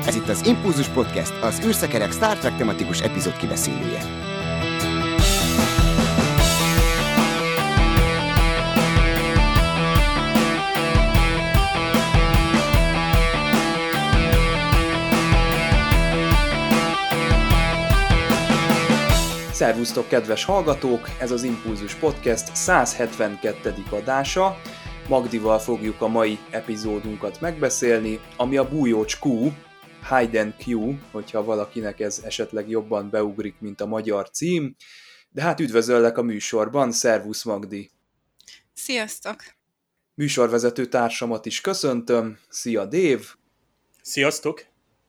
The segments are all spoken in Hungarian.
Ez itt az Impulzus Podcast, az űrszekerek Star Trek tematikus epizód kibeszélője. Szervusztok, kedves hallgatók! Ez az Impulzus Podcast 172. adása. Magdival fogjuk a mai epizódunkat megbeszélni, ami a bújócs Q, Hidden Q, hogyha valakinek ez esetleg jobban beugrik, mint a magyar cím. De hát üdvözöllek a műsorban, szervusz Magdi! Sziasztok! Műsorvezető társamat is köszöntöm, szia Dave! Sziasztok!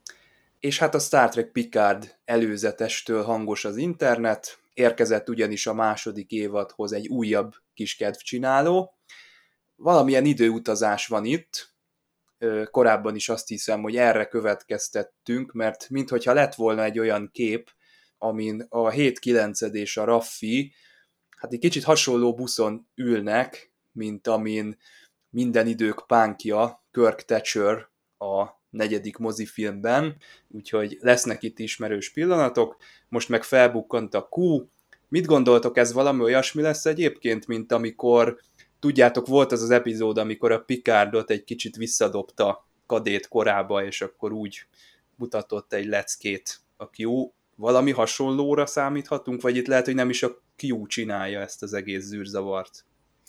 És hát a Star Trek Picard előzetestől hangos az internet, érkezett ugyanis a második évadhoz egy újabb kis kedvcsináló. Valamilyen időutazás van itt, korábban is azt hiszem, hogy erre következtettünk, mert minthogyha lett volna egy olyan kép, amin a 7-9 és a Raffi hát egy kicsit hasonló buszon ülnek, mint amin minden idők pánkja, Kirk Thatcher a 4. mozifilmben, úgyhogy lesznek itt ismerős pillanatok. Most meg felbukkant a Q. Mit gondoltok, ez valami olyasmi lesz egyébként, mint amikor, tudjátok, volt az az epizód, amikor a Picardot egy kicsit visszadobta Kadét korába, és akkor úgy mutatott egy leckét a Q. Valami hasonlóra számíthatunk, vagy itt lehet, hogy nem is a Q csinálja ezt az egész zűrzavart?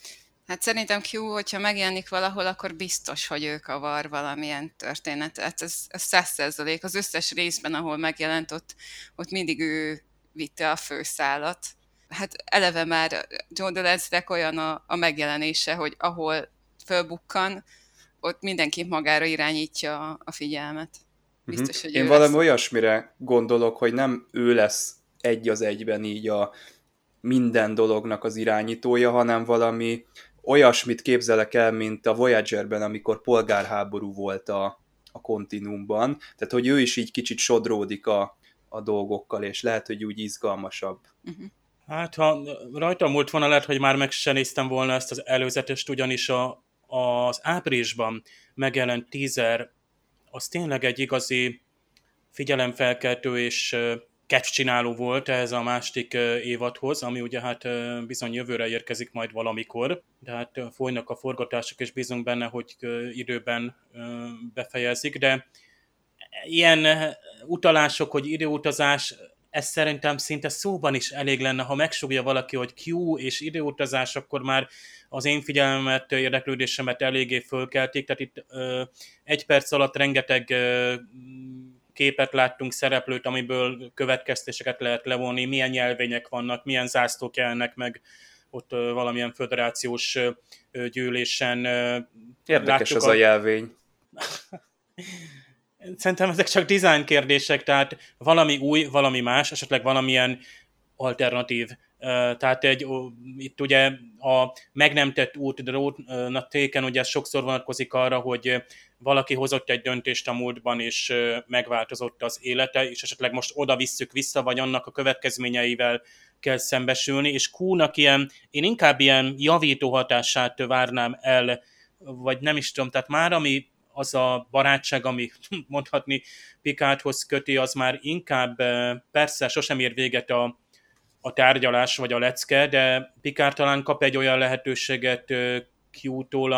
Hát szerintem Q, hogyha megjelenik valahol, akkor biztos, hogy ő kavar valamilyen történetet. Ez 100%. Az összes részben, ahol megjelent, ott mindig ő vitte a főszálat. Hát eleve már John Delancey-nek olyan a megjelenése, hogy ahol fölbukkan, ott mindenki magára irányítja a figyelmet. Biztos, hogy Én ő valami lesz. olyasmire gondolok, hogy nem ő lesz egy az egyben így a minden dolognak az irányítója, hanem valami olyasmit képzelek el, mint a Voyagerben, amikor polgárháború volt a kontinuumban. Tehát, hogy ő is így kicsit sodródik a dolgokkal, és lehet, hogy úgy izgalmasabb. Hát, ha rajtam múlt volna, lehet, hogy már meg se néztem volna ezt az előzetest, ugyanis az áprilisban megjelent teaser, az tényleg egy igazi figyelemfelkeltő és kedvcsináló volt ehhez a második évadhoz, ami ugye hát bizony jövőre érkezik majd valamikor, de hát folynak a forgatások, és bízunk benne, hogy időben befejezik, de ilyen utalások, hogy időutazás, ez szerintem szinte szóban is elég lenne, ha megsúgja valaki, hogy Q és időutazás, akkor már az én figyelmemet, érdeklődésemet eléggé fölkelték, tehát itt egy perc alatt rengeteg képet láttunk, szereplőt, amiből következtéseket lehet levonni, milyen nyelvények vannak, milyen zászlók jelennek meg ott valamilyen föderációs gyűlésen. Érdekes ez a jelvény. Szerintem ezek csak design kérdések, tehát valami új, valami más, esetleg valamilyen alternatív. Tehát itt ugye a meg nem tett út, the road not taken, ugye sokszor vonatkozik arra, hogy valaki hozott egy döntést a múltban, és megváltozott az élete, és esetleg most oda visszük vissza, vagy annak a következményeivel kell szembesülni, és Q-nak én inkább ilyen javító hatását várnám el, vagy nem is tudom, tehát már ami az a barátság, ami mondhatni Picardhoz köti, az már inkább, persze sosem ér véget a tárgyalás vagy a lecke, de Picard talán kap egy olyan lehetőséget Q-tól,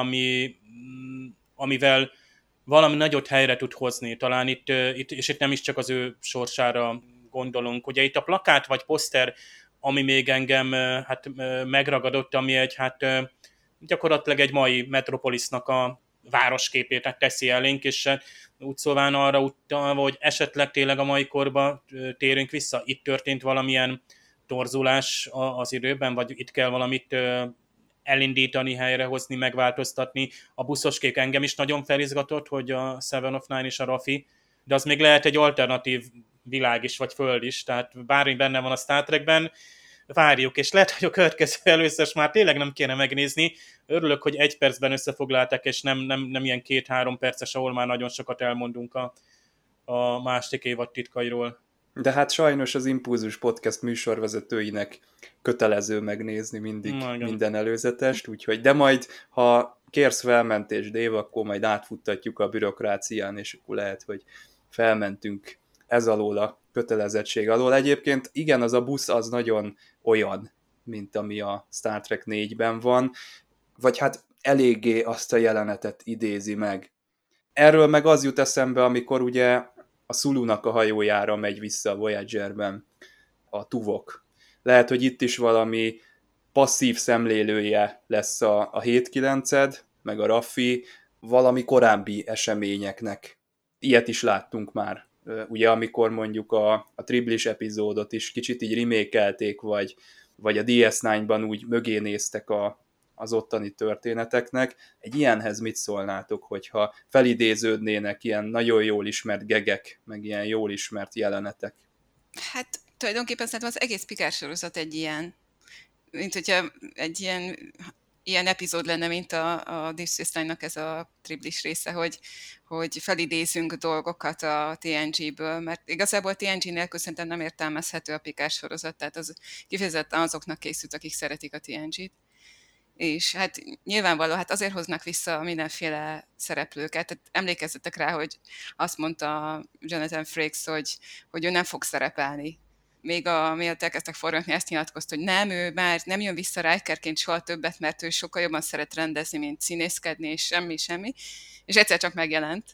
amivel valami nagyot helyre tud hozni. Talán itt, és itt nem is csak az ő sorsára gondolunk. Ugye itt a plakát vagy poszter, ami még engem hát megragadott, ami egy gyakorlatilag egy mai Metropolisnak a városképét teszi elénk, és úgy szóval arra utalva, hogy esetleg tényleg a mai korba térünk vissza. Itt történt valamilyen torzulás az időben, vagy itt kell valamit elindítani, helyrehozni, megváltoztatni. A buszoskék engem is nagyon felizgatott, hogy a Seven of Nine és a Raffi, de az még lehet egy alternatív világ is, vagy föld is, tehát bármi benne van a Star Trekben, várjuk, és lehet, hogy a következő először már tényleg nem kéne megnézni. Örülök, hogy egy percben összefoglalták, és nem ilyen 2-3 perces, ahol már nagyon sokat elmondunk a második évad titkairól. De hát sajnos az Impulzus Podcast műsorvezetőinek kötelező megnézni mindig minden előzetest, úgyhogy, de majd, ha kérsz felmentést, Dave, akkor majd átfuttatjuk a bürokrácián, és akkor lehet, hogy felmentünk ez alól a kötelezettség alól. Egyébként igen, az a busz az nagyon olyan, mint ami a Star Trek 4-ben van, vagy hát eléggé azt a jelenetet idézi meg. Erről meg az jut eszembe, amikor ugye a Sulunak a hajójára megy vissza a Voyagerben a Tuvok. Lehet, hogy itt is valami passzív szemlélője lesz a 7-9-ed, meg a Raffi, valami korábbi eseményeknek. Ilyet is láttunk már. Ugye amikor mondjuk a Triblis epizódot is kicsit így remékelték, vagy a DS9-ban úgy mögé néztek az ottani történeteknek. Egy ilyenhez mit szólnátok, hogyha felidéződnének ilyen nagyon jól ismert gegek, meg ilyen jól ismert jelenetek? Hát tulajdonképpen szerintem az egész Picard sorozat egy ilyen, mint hogyha egy ilyen epizód lenne, mint a Deep Space Nine-nak ez a Triblis része, hogy felidézünk dolgokat a TNG-ből, mert igazából a TNG nélkül szerintem nem értelmezhető a Picard sorozat, tehát az kifejezetten azoknak készült, akik szeretik a TNG-t. És hát nyilvánvaló, hát azért hoznak vissza mindenféle szereplőket. Tehát emlékezzetek rá, hogy azt mondta Jonathan Frakes, hogy ő nem fog szerepelni. Még mielőtt elkezdtek forgatni, ezt nyilatkozta, hogy nem, ő már nem jön vissza Rikerként soha többet, mert ő sokkal jobban szeret rendezni, mint színészkedni, és semmi. És egyszer csak megjelent.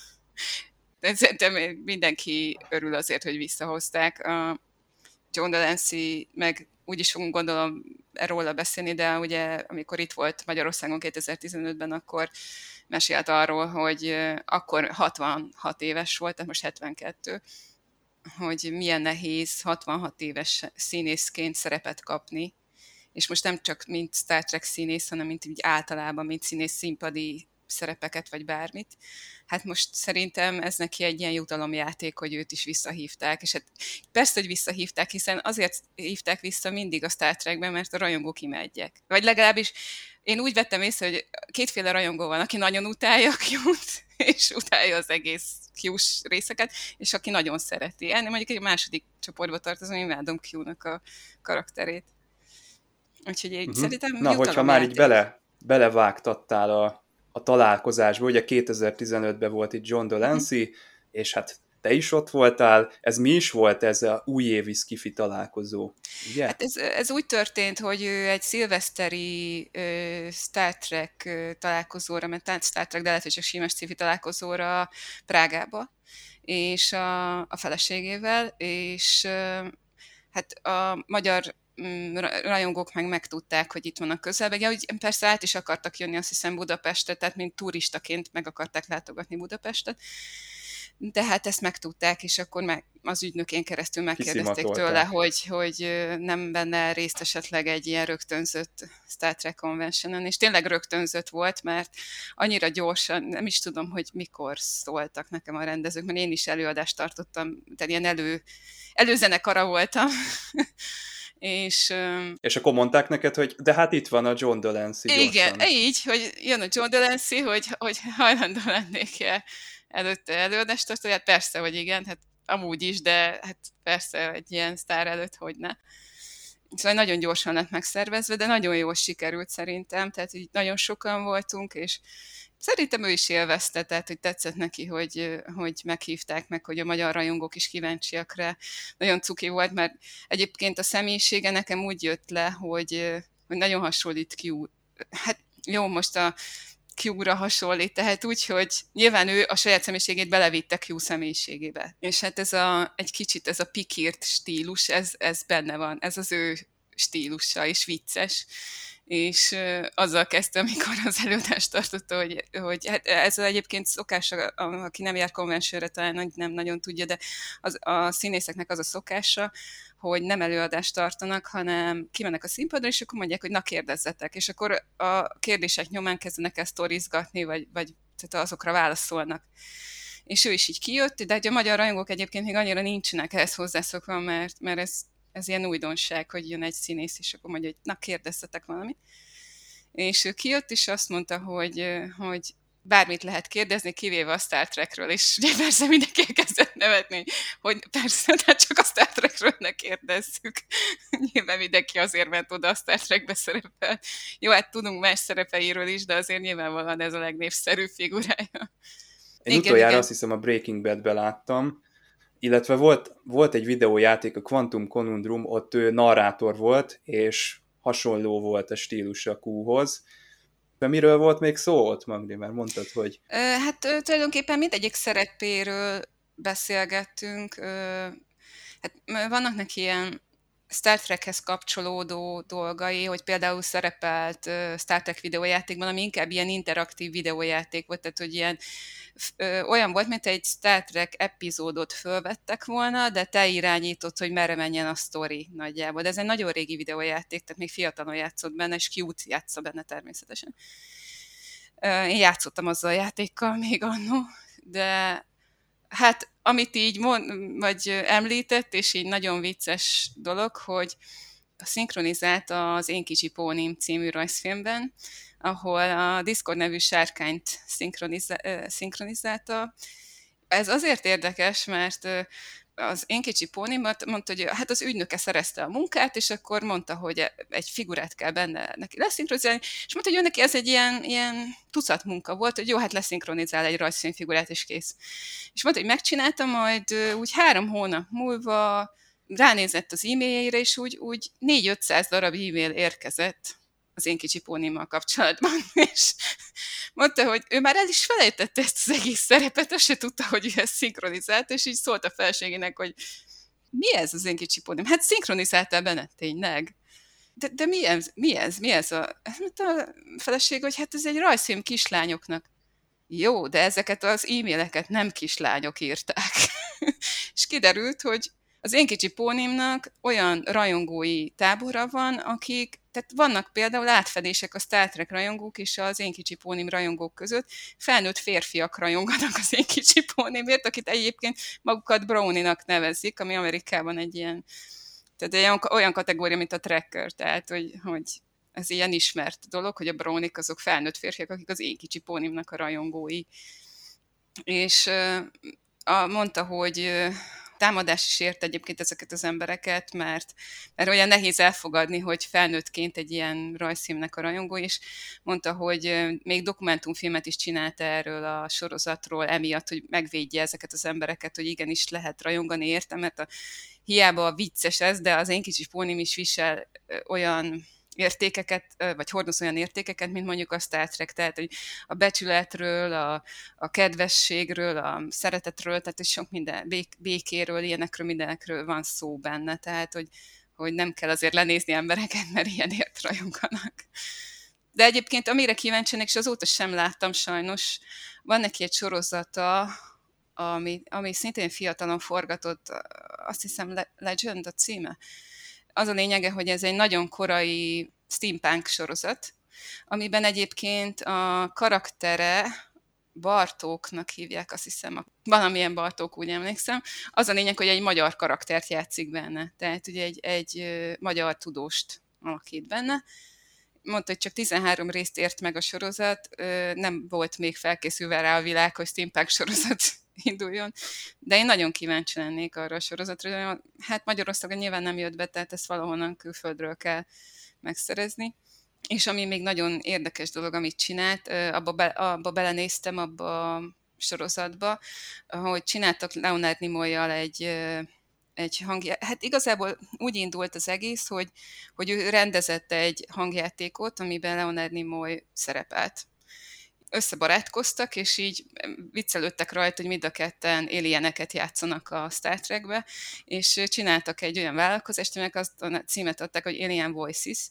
De szerintem mindenki örül azért, hogy visszahozták. John Delancey meg úgyis fogunk gondolom róla beszélni, de ugye amikor itt volt Magyarországon 2015-ben, akkor mesélt arról, hogy akkor 66 éves volt, tehát most 72, hogy milyen nehéz 66 éves színészként szerepet kapni, és most nem csak mint Star Trek színész, hanem mint így általában, mint színész színpadi szerepeket, vagy bármit. Hát most szerintem ez neki egy ilyen jutalomjáték, hogy őt is visszahívták, és hát persze, hogy visszahívták, hiszen azért hívták vissza mindig a Star Trekben, mert a rajongók imádják. Vagy legalábbis én úgy vettem észre, hogy kétféle rajongó van, aki nagyon utálja a Q-t, és utálja az egész Q-s részeket, és aki nagyon szereti. Én mondjuk egy második csoportba tartozom, én imádom Q-nak a karakterét. Úgyhogy én szerintem na, hogyha már így belevágtattál a találkozásba, ugye 2015-ben volt itt John Delancey, és hát te is ott voltál, ez mi is volt ez a újévi sci-fi találkozó, ugye? Hát ez úgy történt, hogy ő egy szilveszteri Star Trek találkozóra, mert Star Trek, de lehet, hogy csak símes sci-fi találkozóra Prágába, és a feleségével, és hát a magyar rajongók megtudták, hogy itt vannak közelben. Ja, úgy persze át is akartak jönni, azt hiszem Budapestre, tehát mint turistaként meg akarták látogatni Budapestet. De hát ezt megtudták, és akkor az ügynökén keresztül megkérdezték tőle, hogy nem benne részt esetleg egy ilyen rögtönzött Star Trek Conventionen, és tényleg rögtönzött volt, mert annyira gyorsan, nem is tudom, hogy mikor szóltak nekem a rendezők, mert én is előadást tartottam, tehát ilyen előzenekara voltam. És akkor mondták neked, hogy de hát itt van a John Delancey gyorsan. Igen, így, hogy jön a John Delancey, hogy hajlandó lennék előtte előadást tartani, hát persze, hogy igen, hát amúgy is, de hát persze egy ilyen sztár előtt, hogy ne. Szóval nagyon gyorsan lett megszervezve, de nagyon jól sikerült szerintem, tehát így nagyon sokan voltunk, és szerintem ő is élvezte, tehát hogy tetszett neki, hogy meghívták meg, hogy a magyar rajongók is kíváncsiak rá. Nagyon cuki volt, mert egyébként a személyisége nekem úgy jött le, hogy nagyon hasonlít Q. Hát jó, most a Q-ra hasonlít, tehát úgy, hogy nyilván ő a saját személyiségét belevitte Q személyiségébe. És hát egy kicsit ez a pikírt stílus, ez benne van, ez az ő stílusa, és vicces. És azzal kezdte, amikor az előadást tartotta, hogy hát ez egyébként szokás, aki nem jár konvencióra, talán nem nagyon tudja, de a színészeknek az a szokása, hogy nem előadást tartanak, hanem kimennek a színpadra, és akkor mondják, hogy na kérdezzetek, és akkor a kérdések nyomán kezdenek el sztorizgatni, vagy tehát azokra válaszolnak. És ő is így kijött, de a magyar rajongók egyébként még annyira nincsenek ehhez hozzászokva, mert ez ilyen újdonság, hogy jön egy színész, és akkor mondja, hogy na kérdezzetek valamit. És ő kijött, és azt mondta, hogy bármit lehet kérdezni, kivéve a Star Trekről, és ugye persze mindenki elkezdett nevetni, hogy persze, de csak a Star Trekről ne kérdezzük. Nyilván mindenki azért ment oda a Star Trekbe szerepel. Jó, hát tudunk más szerepeiről is, de azért nyilvánvalóan ez a legnépszerűbb figurája. Én Igen, utoljára igen. azt hiszem a Breaking Badbe láttam, illetve volt egy videójáték, a Quantum Conundrum, ott ő narrátor volt, és hasonló volt a stílusa Q-hoz. De miről volt még szó ott, Magdi? Mert mondtad, hogy... Hát tulajdonképpen mindegyik szerepéről beszélgettünk. Hát vannak neki ilyen Star Trekhez kapcsolódó dolgai, hogy például szerepelt Star Trek videójátékban, ami inkább ilyen interaktív videójáték volt, tehát hogy ilyen olyan volt, mint egy Star Trek epizódot fölvettek volna, de te irányítod, hogy merre menjen a sztori nagyjából. De ez egy nagyon régi videójáték, tehát még fiatalon játszott benne, és Q-t játsza benne természetesen. Én játszottam azzal a játékkal még annó, de hát amit így vagy említett, és így nagyon vicces dolog, hogy szinkronizált az Én kicsi pónim című rajzfilmben, ahol a Discord nevű sárkányt szinkronizálta. Ez azért érdekes, mert az Én kicsi pónim mondta, hogy hát az ügynöke szerezte a munkát, és akkor mondta, hogy egy figurát kell benne neki leszinkronizálni, és mondta, hogy ő neki ez egy ilyen tucat munka volt, hogy jó, hát leszinkronizál egy rajzfilmfigurát, és kész. És mondta, hogy megcsinálta, majd úgy 3 hónap múlva ránézett az e-mailjére, és úgy 400-500 darab e-mail érkezett az Én kicsi pónimmal kapcsolatban, és mondta, hogy ő már el is felejtette ezt az egész szerepet, azt se tudta, hogy ő ezt szinkronizált, és így szólt a felségének, hogy mi ez az Én kicsi pónim? Hát szinkronizáltál benne, tényleg. De mi ez? A feleség, hogy hát ez egy rajzfilm kislányoknak. Jó, de ezeket az e-maileket nem kislányok írták. És kiderült, hogy az Én kicsi pónimnak olyan rajongói tábora van, akik, tehát vannak például átfedések a Star Trek rajongók és az Én kicsi pónim rajongók között, felnőtt férfiak rajonganak az Én kicsi pónimért, akit egyébként magukat Brownie-nak nevezik, ami Amerikában egy ilyen, tehát olyan kategória, mint a tracker, tehát hogy ez ilyen ismert dolog, hogy a Brownie-k azok felnőtt férfiak, akik az Én kicsi pónimnak a rajongói. És mondta, hogy támadás is ért egyébként ezeket az embereket, mert olyan nehéz elfogadni, hogy felnőttként egy ilyen rajzfilmnek a rajongó, és mondta, hogy még dokumentumfilmet is csinált erről a sorozatról, emiatt, hogy megvédje ezeket az embereket, hogy igenis lehet rajongani érte, mert hiába vicces ez, de az Én kicsi pónim is visel olyan értékeket, vagy hordoz olyan értékeket, mint mondjuk a Star Trek, tehát hogy a becsületről, a kedvességről, a szeretetről, tehát hogy sok minden, békéről, ilyenekről, mindenekről van szó benne, tehát hogy nem kell azért lenézni embereket, mert ilyenért rajonganak. De egyébként amire kíváncsiak, és azóta sem láttam sajnos, van neki egy sorozata, ami szintén fiatalon forgatott, azt hiszem Legend a címe. Az a lényege, hogy ez egy nagyon korai steampunk sorozat, amiben egyébként a karaktere Bartóknak hívják, azt hiszem, valamilyen Bartók, úgy emlékszem. Az a lényeg, hogy egy magyar karaktert játszik benne, tehát ugye egy magyar tudóst alakít benne. Mondta, hogy csak 13 részt ért meg a sorozat, nem volt még felkészülve rá a világ, hogy steampunk sorozat induljon, de én nagyon kíváncsi lennék arra a sorozatra. Hát Magyarországon nyilván nem jött be, tehát ezt valahonnan külföldről kell megszerezni. És ami még nagyon érdekes dolog, amit csinált, abba belenéztem, abba a sorozatba, hogy csináltak Leonard Nimoy-jal egy hangját. Hát igazából úgy indult az egész, hogy ő rendezett egy hangjátékot, amiben Leonard Nimoy szerepelt. Összebarátkoztak, és így viccelődtek rajta, hogy mind a ketten alieneket játszanak a Star Trekbe, és csináltak egy olyan vállalkozást, aminek azt a címet adták, hogy Alien Voices,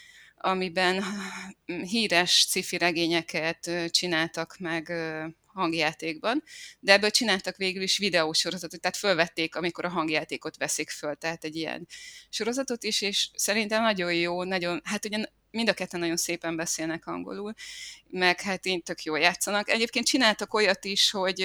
amiben híres sci-fi regényeket csináltak meg hangjátékban, de ebből csináltak végül is videósorozatot, tehát fölvették, amikor a hangjátékot veszik föl, tehát egy ilyen sorozatot is, és szerintem nagyon jó, nagyon, hát ugye mind a ketten nagyon szépen beszélnek angolul, meg hát én tök jól játszanak. Egyébként csináltak olyat is, hogy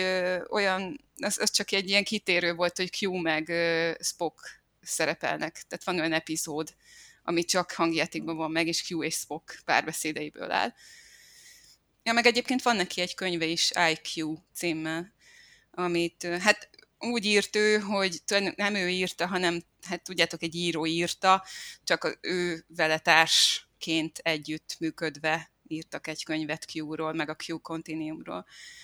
az csak egy ilyen kitérő volt, hogy Q meg Spock szerepelnek, tehát van olyan epizód, ami csak hangjátékban van meg, és Q és Spock párbeszédeiből áll. Ja, meg egyébként van neki egy könyve is, IQ címmel, amit hát úgy írt ő, hogy nem ő írta, hanem hát tudjátok, egy író írta, csak ő vele társként együtt működve írtak egy könyvet Q-ról, meg a Q Continuumról.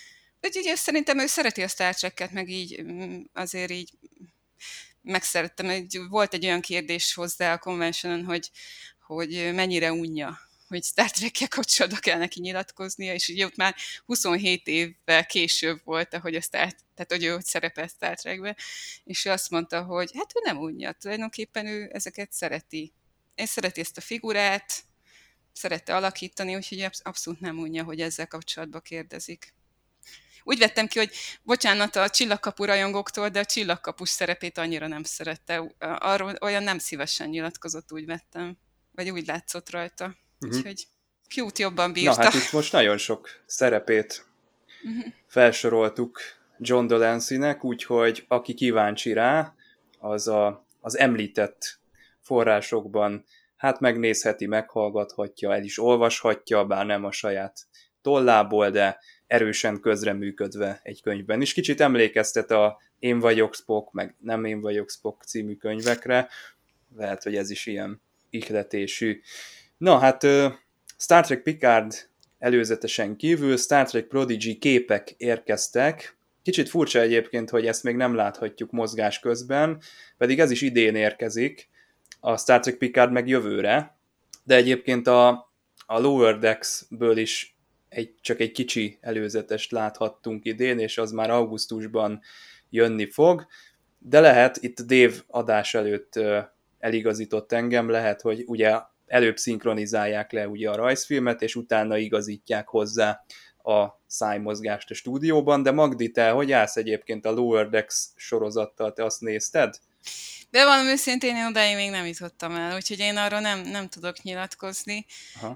Úgyhogy szerintem ő szereti a Star Trek-et, meg így azért így megszerettem. Volt egy olyan kérdés hozzá a conventionen, hogy mennyire unja, hogy Star Trek-kel kapcsolatban kell neki nyilatkoznia, és ugye ott már 27 évvel később volt, tehát hogy ő ott szerepel Star Trekbe, és ő azt mondta, hogy hát ő nem unja, tulajdonképpen ő ezeket szereti. Én szereti ezt a figurát, szerette alakítani, úgyhogy abszolút nem unja, hogy ezzel kapcsolatban kérdezik. Úgy vettem ki, hogy bocsánat a Csillagkapu rajongóktól, de a Csillagkapus szerepét annyira nem szerette. Arról olyan nem szívesen nyilatkozott, úgy vettem. Vagy úgy látszott rajta. Úgyhogy Q-t jobban bírta. Na hát itt most nagyon sok szerepét felsoroltuk John Delancey-nek, úgyhogy aki kíváncsi rá, az említett forrásokban hát megnézheti, meghallgathatja, el is olvashatja, bár nem a saját tollából, de erősen közreműködve egy könyvben. És kicsit emlékeztet a Én vagyok Spock, meg Nem én vagyok Spock című könyvekre. Lehet, hogy ez is ilyen ihletésű. Na hát Star Trek Picard előzetesen kívül Star Trek Prodigy képek érkeztek. Kicsit furcsa egyébként, hogy ezt még nem láthatjuk mozgás közben, pedig ez is idén érkezik, a Star Trek Picard meg jövőre, de egyébként a Lower Decks-ből is csak egy kicsi előzetest láthattunk idén, és az már augusztusban jönni fog, de lehet, itt Dave adás előtt eligazított engem, lehet, hogy ugye előbb szinkronizálják le ugye a rajzfilmet, és utána igazítják hozzá a szájmozgást a stúdióban, de Magdi, te hogy állsz egyébként a Lower Decks sorozattal, te azt nézted? De valami őszintén én odáig még nem jutottam el, úgyhogy én arról nem tudok nyilatkozni.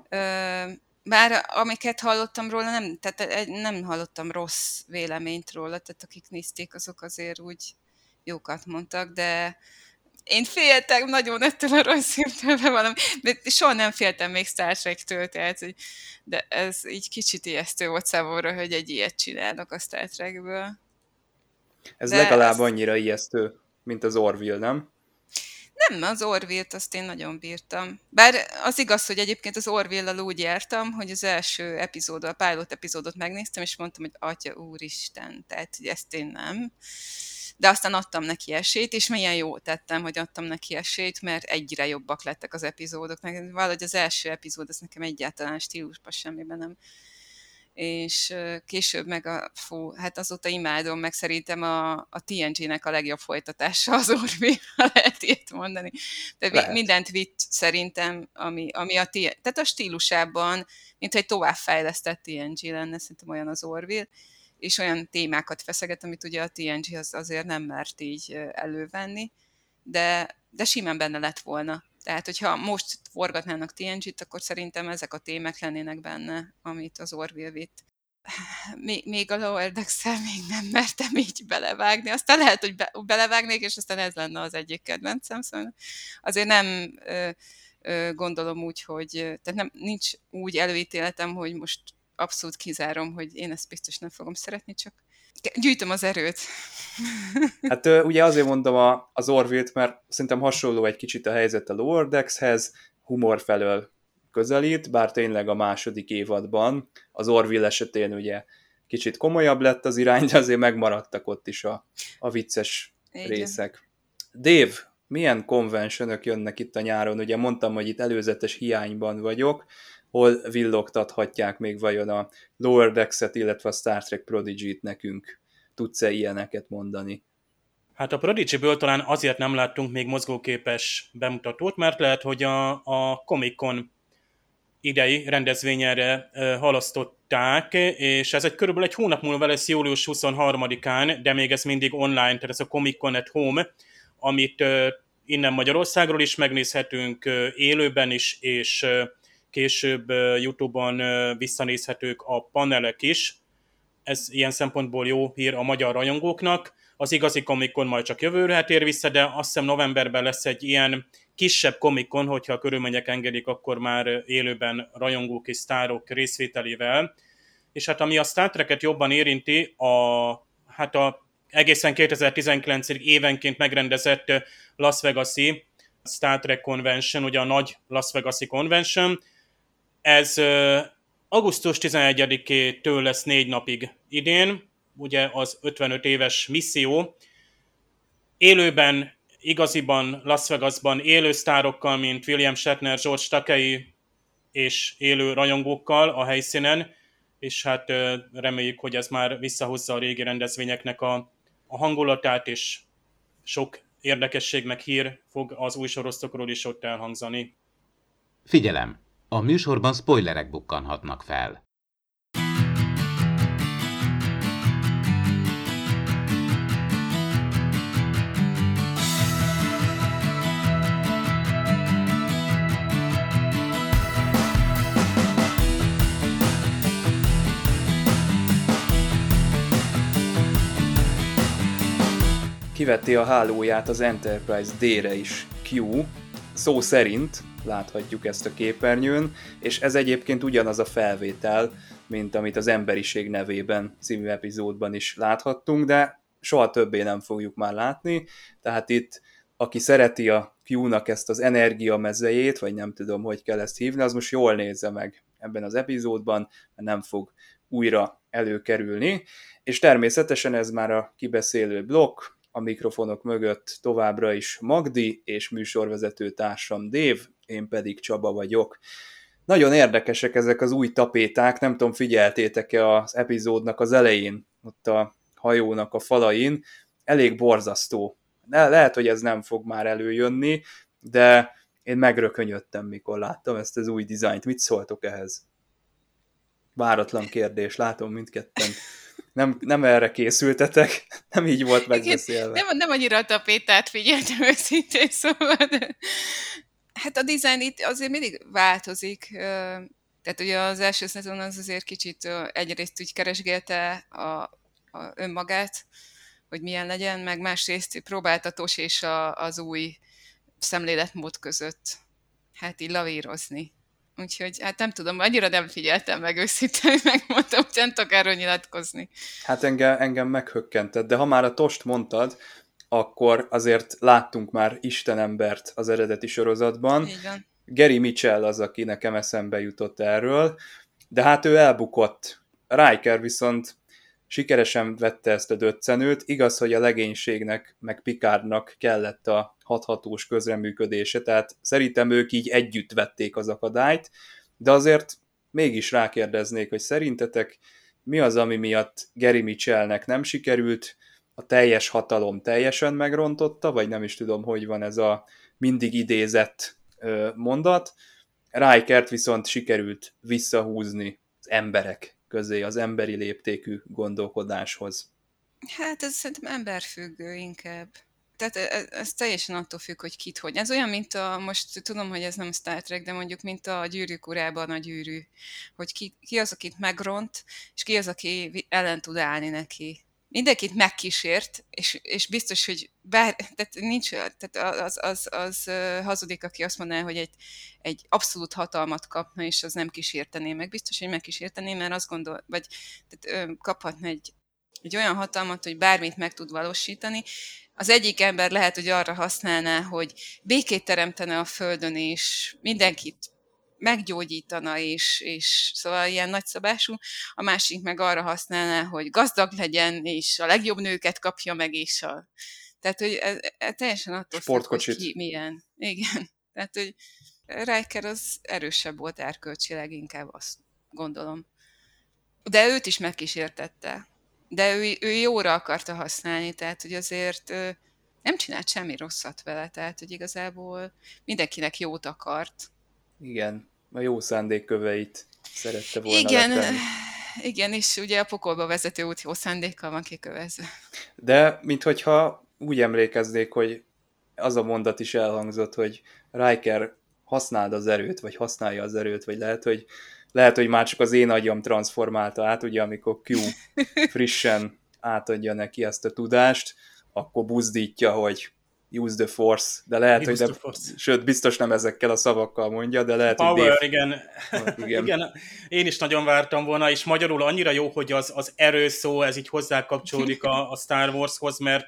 Bár amiket hallottam róla, nem hallottam rossz véleményt róla, tehát akik nézték, azok azért úgy jókat mondtak, de én féltem nagyon ettől a rajzfilmtől, valami, de soha nem féltem még Star Trek-től, tehát, de ez így kicsit ijesztő volt számomra, hogy egy ilyet csinálnak a Star Trekből. Ez legalább annyira ijesztő, mint az Orville, nem? Nem, az Orville-t azt én nagyon bírtam. Bár az igaz, hogy egyébként az Orville-lal úgy jártam, hogy az első epizódot, a pilot epizódot megnéztem, és mondtam, hogy atya úristen, tehát hogy ezt én nem. De aztán adtam neki esélyt, és milyen jól tettem, hogy adtam neki esélyt, mert egyre jobbak lettek az epizódok. Meg valahogy az első epizód, az nekem egyáltalán stílusban semmiben nem. És később meg hát azóta imádom, meg szerintem a TNG-nek a legjobb folytatása az Orville, ha lehet ilyet mondani. De mindent vitt szerintem, ami tehát a stílusában, mint egy továbbfejlesztett TNG lenne, szerintem olyan az Orville, és olyan témákat feszeget, amit ugye a TNG azért nem mert így elővenni, de simán benne lett volna. Tehát, hogyha most forgatnának TNG-t, akkor szerintem ezek a témák lennének benne, amit az Orville vitt. Még a Lower Decks-szel még nem mertem így belevágni. Aztán lehet, hogy belevágnék, és aztán ez lenne az egyik kedvencem. Szóval azért nem gondolom úgy, hogy tehát nincs úgy előítéletem, hogy most abszolút kizárom, hogy én ezt biztos nem fogom szeretni, csak gyűjtöm az erőt. Hát ugye azért mondom az Orville-t, mert szerintem hasonló egy kicsit a helyzet a Lower Decks-hez, humor felől közelít, bár tényleg a második évadban az Orville esetén ugye kicsit komolyabb lett az irány, de azért megmaradtak ott is a vicces részek. Dave, milyen conventionök jönnek itt a nyáron? Ugye mondtam, hogy itt előzetes hiányban vagyok, hol villogtathatják még vajon a Lower Decks-et, illetve a Star Trek Prodigy-t nekünk? Tudsz-e ilyeneket mondani? Hát a Prodigy-ből talán azért nem láttunk még mozgóképes bemutatót, mert lehet, hogy a Comic-Con idei rendezvényre halasztották, és ez körülbelül egy hónap múlva lesz július 23-án, de még ez mindig online, tehát ez a Comic-Con at Home, amit innen Magyarországról is megnézhetünk élőben is, és később YouTube-on visszanézhetők a panelek is. Ez ilyen szempontból jó hír a magyar rajongóknak. Az igazi Comic-Con majd csak jövőre ér vissza, de azt hiszem novemberben lesz egy ilyen kisebb Comic-Con, hogyha a körülmények engedik, akkor már élőben rajongók és sztárok részvételével. És hát ami a Star Trek-et jobban érinti, a egészen 2019-ig évenként megrendezett Las Vegas-i Star Trek Convention, ugye a nagy Las Vegas-i Convention. Ez augusztus 11-től lesz 4 napig idén, ugye az 55 éves misszió. Élőben, igaziban Las Vegasban élő sztárokkal, mint William Shatner, George Takei és élő rajongókkal a helyszínen, és hát reméljük, hogy ez már visszahozza a régi rendezvényeknek a hangulatát, és sok érdekesség meg hír fog az új sorozatokról is ott elhangzani. Figyelem! A műsorban spoilerek bukkanhatnak fel. Kivetti a hálóját az Enterprise D-re is Q, szó szerint láthatjuk ezt a képernyőn, és ez egyébként ugyanaz a felvétel, mint amit az Emberiség nevében című epizódban is láthattunk, de soha többé nem fogjuk már látni, tehát itt aki szereti a Q-nak ezt az energiamezejét, vagy nem tudom, hogy kell ezt hívni, az most jól nézze meg ebben az epizódban, mert nem fog újra előkerülni, és természetesen ez már a kibeszélő blokk, a mikrofonok mögött továbbra is Magdi és műsorvezető társam Dév, én pedig Csaba vagyok. Nagyon érdekesek ezek az új tapéták, nem tudom, figyeltétek-e az epizódnak az elején, ott a hajónak a falain, elég borzasztó. Lehet, hogy ez nem fog már előjönni, de én megrökönyödtem, mikor láttam ezt az új dizájnt. Mit szóltok ehhez? Váratlan kérdés, látom mindketten. Nem erre készültetek, nem így volt megbeszélve. Nem annyira a tapétát figyeltem őszintén, szóval, de hát a dizájn itt azért mindig változik. Tehát ugye az első szezon az azért kicsit egyrészt úgy keresgélte a önmagát, hogy milyen legyen, meg másrészt próbáltatós és az új szemléletmód között hát így lavírozni. Úgyhogy hát nem tudom, annyira nem figyeltem meg őszintén, hogy megmondtam, hogy nem tudok erről nyilatkozni. Hát engem meghökkentett, de ha már a Tost mondtad, akkor azért láttunk már Istenembert az eredeti sorozatban. Így van. Gary Mitchell az, aki nekem eszembe jutott erről, de hát ő elbukott. Riker viszont sikeresen vette ezt a döccenőt, igaz, hogy a legénységnek, meg Picardnak kellett a hathatós közreműködése, tehát szerintem ők így együtt vették az akadályt, de azért mégis rákérdeznék, hogy szerintetek mi az, ami miatt Gary Mitchellnek nem sikerült, a teljes hatalom teljesen megrontotta, vagy nem is tudom, hogy van ez a mindig idézett mondat, Rikert viszont sikerült visszahúzni az emberek közé, az emberi léptékű gondolkodáshoz. Hát ez szerintem emberfüggő inkább. Tehát ez teljesen attól függ, hogy kit hogy. Ez olyan, mint most tudom, hogy ez nem Star Trek, de mondjuk, mint a Gyűrűk urában a gyűrű. Hogy ki az, akit megront, és ki az, aki ellen tud állni neki. Mindenkit megkísért, és biztos, hogy tehát nincs, tehát az hazudik, aki azt mondaná, hogy egy abszolút hatalmat kapna, és az nem kísértené meg. Biztos, hogy megkísértené, mert azt gondol, vagy tehát, kaphatna egy olyan hatalmat, hogy bármit meg tud valósítani. Az egyik ember lehet, hogy arra használná, hogy békét teremtene a Földön, és mindenkit meggyógyítana, és szóval ilyen nagyszabású. A másik meg arra használná, hogy gazdag legyen, és a legjobb nőket kapja meg, tehát, hogy ez teljesen attól függ, hogy ki milyen. Igen. Tehát, hogy Riker az erősebb volt erkölcsileg, inkább azt gondolom. De őt is megkísértette. De ő jóra akarta használni, tehát, hogy azért nem csinált semmi rosszat vele, tehát, hogy igazából mindenkinek jót akart. Igen, a jó szándékköveit szerette volna letenni. Igen, és ugye a pokolba vezető út jó szándékkal van kikövezve. De minthogyha úgy emlékeznék, hogy az a mondat is elhangzott, hogy Riker használd az erőt, vagy használja az erőt, vagy lehet, hogy már csak az én agyam transformálta át, ugye amikor Q frissen átadja neki ezt a tudást, akkor buzdítja, hogy use the force, de lehet, hogy sőt, biztos nem ezekkel a szavakkal mondja, de lehet, Power, hogy igen. Én is nagyon vártam volna, és magyarul annyira jó, hogy az erő szó, ez így hozzá kapcsolódik a Star Warshoz, mert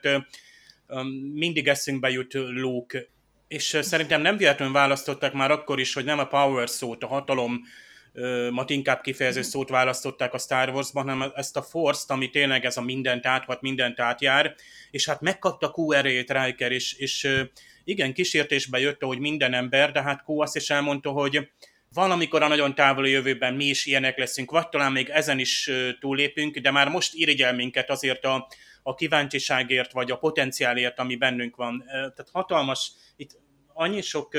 mindig eszünkbe jut Luke, és szerintem nem véletlenül választották már akkor is, hogy nem a power szót, a hatalom mat inkább kifejező szót választották a Star Warsban, hanem ezt a Force-t, ami tényleg ez a mindent áthat, mindent átjár, és hát megkapta Q erejét Riker, és igen, kísértésbe jött, ahogy minden ember, de hát Q azt is elmondta, hogy valamikor a nagyon távoli jövőben mi is ilyenek leszünk, vagy talán még ezen is túllépünk, de már most irigyel minket azért a kíváncsiságért, vagy a potenciálért, ami bennünk van. Tehát hatalmas, itt annyi sok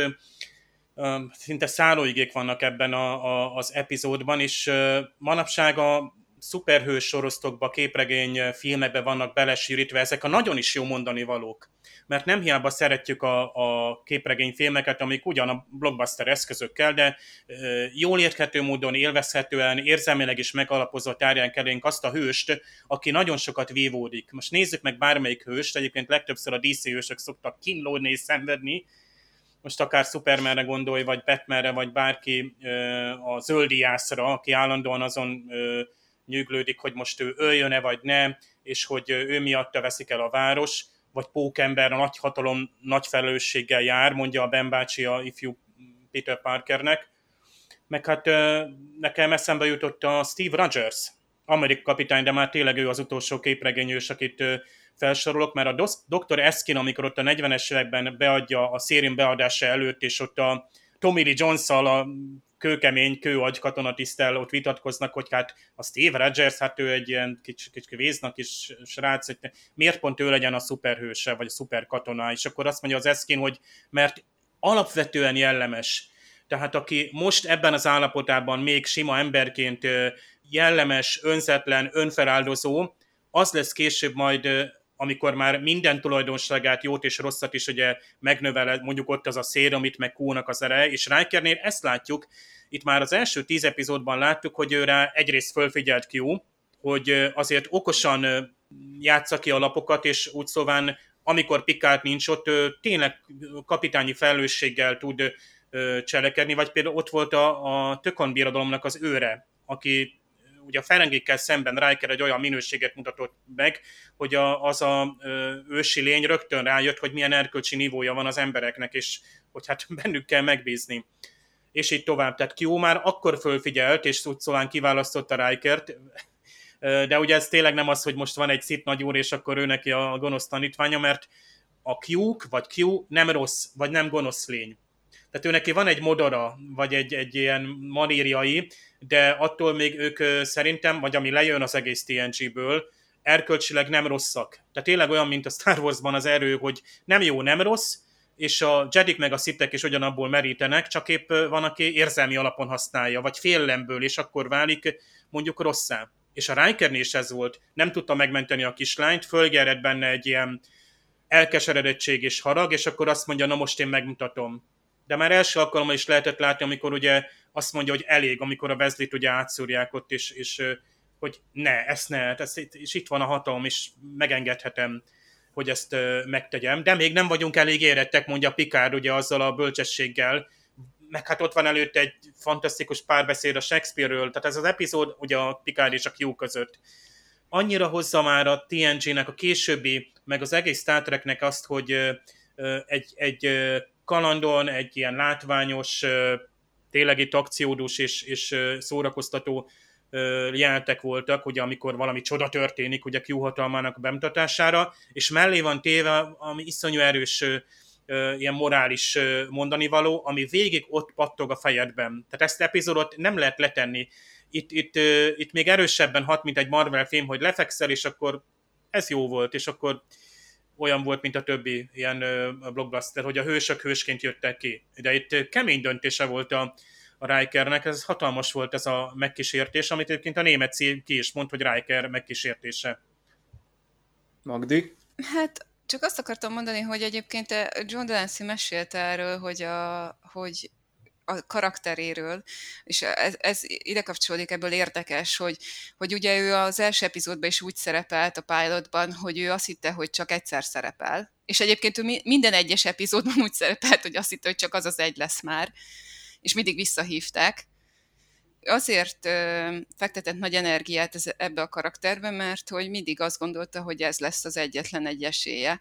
szinte szállóigék vannak ebben az epizódban, és manapság a szuperhős sorosztokba, képregény filmekbe vannak belesűrítve, ezek a nagyon is jó mondani valók. Mert nem hiába szeretjük a képregény filmeket, amik ugyan a blockbuster eszközökkel, de jól érthető módon, élvezhetően, érzelmileg is megalapozott árján elénk azt a hőst, aki nagyon sokat vívódik. Most nézzük meg bármelyik hőst, egyébként legtöbbször a DC hősök szoktak kínlódni és szenvedni, most akár Supermanre gondolj, vagy Batmanre, vagy bárki a zöldiászra, aki állandóan azon nyűglődik, hogy most ő öljön-e, vagy ne, és hogy ő miatta veszik el a város, vagy Pókember a nagy hatalom nagy felelősséggel jár, mondja a Ben bácsi a ifjú Peter Parkernek. Meg hát nekem eszembe jutott a Steve Rogers, amerikai kapitány, de már tényleg ő az utolsó képregényős, akit felsorolok, mert a Dr. Eskin, amikor ott a 40-es években beadja a szérium beadása előtt, és ott a Tommy Lee Jones-szal, a kőkemény, kőagy katonatiszttel ott vitatkoznak, hogy hát a Steve Rogers, hát ő egy ilyen kicsi véznak is srác, hogy miért pont ő legyen a szuperhőse, vagy a szuperkatona, és akkor azt mondja az Eskin, hogy mert alapvetően jellemes. Tehát aki most ebben az állapotában még sima emberként jellemes, önzetlen, önfeláldozó, az lesz később majd, amikor már minden tulajdonságát, jót és rosszat is ugye megnövel, mondjuk ott az a szérum, itt meg Q-nak az ereje, és Rikernél ezt látjuk, itt már az első 10 epizódban láttuk, hogy őre egyrészt fölfigyelt Q, hogy azért okosan játsza ki a lapokat, és úgy szóval, amikor Picard nincs ott, tényleg kapitányi felelősséggel tud cselekedni, vagy például ott volt a Tökon birodalomnak az őre, aki ugye a Ferengékkel szemben Riker egy olyan minőséget mutatott meg, hogy az a ősi lény rögtön rájött, hogy milyen erkölcsi nívója van az embereknek, és hogy hát bennük kell megbízni. És így tovább. Tehát Q már akkor fölfigyelt, és úgy szóval kiválasztotta Rikert, de ugye ez tényleg nem az, hogy most van egy Sith nagyúr, és akkor ő neki a gonosz tanítványa, mert a Q-k, vagy Q nem rossz, vagy nem gonosz lény. Tehát ő neki van egy modora, vagy egy ilyen manírjai, de attól még ők szerintem, vagy ami lejön az egész TNG-ből, erkölcsileg nem rosszak. Tehát tényleg olyan, mint a Star Warsban az erő, hogy nem jó, nem rossz, és a Jedik meg a Sithek is ugyanabból merítenek, csak épp van, aki érzelmi alapon használja, vagy félelemből, és akkor válik mondjuk rosszá. És a Rikernél is ez volt. Nem tudta megmenteni a kislányt, fölgerett benne egy ilyen elkeseredettség és harag, és akkor azt mondja, na most én megmutatom. De már első alkalommal is lehetett látni, amikor ugye azt mondja, hogy elég, amikor a Wesley-t ugye átszúrják ott, és hogy ne, ezt ne, és itt van a hatalom, és megengedhetem, hogy ezt megtegyem. De még nem vagyunk elég érettek, mondja Picard ugye azzal a bölcsességgel, meg hát ott van előtte egy fantasztikus párbeszéd a Shakespeare-ről, tehát ez az epizód ugye a Picard és a Q között. Annyira hozza már a TNG-nek a későbbi, meg az egész Star Treknek azt, hogy egy kalandon, egy ilyen látványos, tényleg itt akciódús és szórakoztató jelenetek voltak, ugye amikor valami csoda történik, ugye Q hatalmának a bemutatására, és mellé van téve, ami iszonyú erős ilyen morális mondanivaló, ami végig ott pattog a fejedben. Tehát ezt az epizódot nem lehet letenni. Itt még erősebben hat, mint egy Marvel film, hogy lefekszel, és akkor ez jó volt, és akkor olyan volt, mint a többi ilyen blockbuster, hogy a hősök hősként jöttek ki. De itt kemény döntése volt a Rikernek, ez hatalmas volt ez a megkísértés, amit egyébként a német cím ki is mond, hogy Riker megkísértése. Magdi? Hát csak azt akartam mondani, hogy egyébként John Delancey mesélte erről, hogy a karakteréről, és ez ide kapcsolódik, ebből érdekes, hogy ugye ő az első epizódban is úgy szerepelt a pilotban, hogy ő azt hitte, hogy csak egyszer szerepel. És egyébként ő minden egyes epizódban úgy szerepelt, hogy azt hitte, hogy csak az egy lesz már. És mindig visszahívták. Azért fektetett nagy energiát ebbe a karakterbe, mert hogy mindig azt gondolta, hogy ez lesz az egyetlen egy esélye.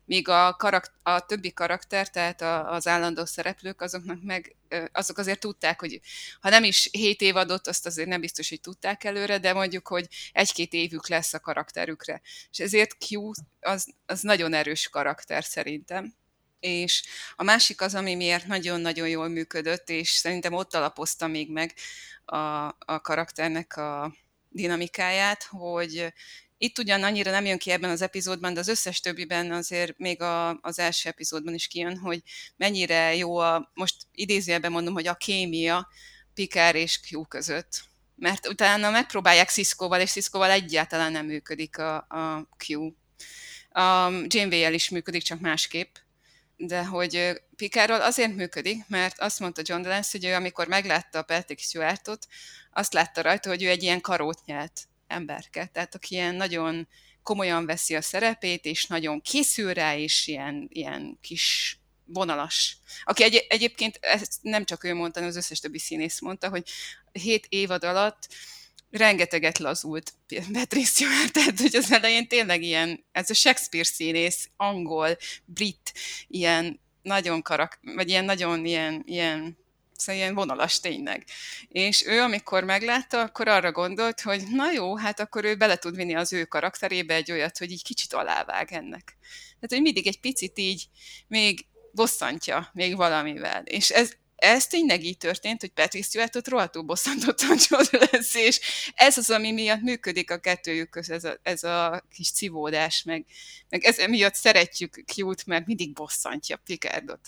míg a többi karakter, tehát az állandó szereplők, azok azért tudták, hogy ha nem is 7 évadot, azt azért nem biztos, hogy tudták előre, de mondjuk, hogy 1-2 évük lesz a karakterükre. És ezért Q az nagyon erős karakter szerintem. És a másik az, ami miért nagyon-nagyon jól működött, és szerintem ott alapozta még meg a karakternek a dinamikáját, hogy itt ugyan annyira nem jön ki ebben az epizódban, de az összes többiben azért még az első epizódban is kijön, hogy mennyire jó most idézőjelben mondom, hogy a kémia Picard és Q között. Mert utána megpróbálják Siskoval, és Siskoval egyáltalán nem működik a Q. A Janeway-jel is működik, csak másképp. De hogy Picardról azért működik, mert azt mondta John Dance, hogy ő amikor meglátta a Patrick Stewartot, azt látta rajta, hogy ő egy ilyen karót nyelt emberke. Tehát aki ilyen nagyon komolyan veszi a szerepét, és nagyon készül rá, és ilyen kis vonalas. Aki egyébként ezt nem csak ő mondta, az összes többi színész mondta, hogy 7 évad alatt rengeteget lazult Patrick Stewart, tehát hogy az elején tényleg ilyen, ez a Shakespeare színész, angol, brit, ilyen nagyon vagy ilyen nagyon szóval ilyen vonalas tényleg. És ő, amikor meglátta, akkor arra gondolt, hogy na jó, hát akkor ő bele tud vinni az ő karakterébe egy olyat, hogy így kicsit alávág ennek. Tehát, hogy mindig egy picit így még bosszantja még valamivel. És ez tényleg így történt, hogy Patrick Stewartot rohadtul bosszantottan John Dance, és ez az, ami miatt működik a kettőjük között, ez a kis civódás, meg ez miatt szeretjük Q-t, mert mindig bosszantja Picardot.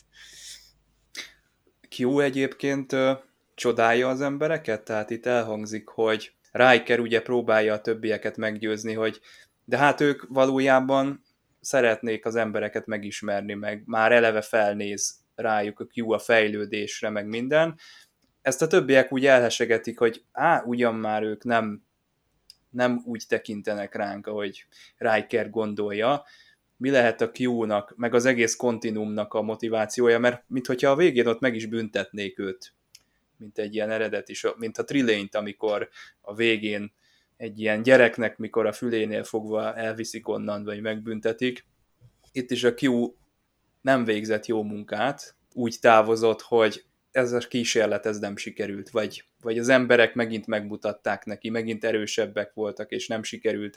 Q egyébként csodálja az embereket, tehát itt elhangzik, hogy Riker ugye próbálja a többieket meggyőzni, hogy de hát ők valójában szeretnék az embereket megismerni, meg már eleve felnéz rájuk a Q a fejlődésre, meg minden. Ezt a többiek úgy elhesegetik, hogy ugyan már ők nem úgy tekintenek ránk, ahogy Riker gondolja. Mi lehet a Q-nak, meg az egész kontinúmnak a motivációja, mert minthogyha a végén ott meg is büntetnék őt, mint egy ilyen eredet is, mint a Trillane-t, amikor a végén egy ilyen gyereknek, mikor a fülénél fogva elviszik onnan, vagy megbüntetik. Itt is a Q nem végzett jó munkát, úgy távozott, hogy ez a kísérlet ez nem sikerült, vagy az emberek megint megmutatták neki, megint erősebbek voltak, és nem sikerült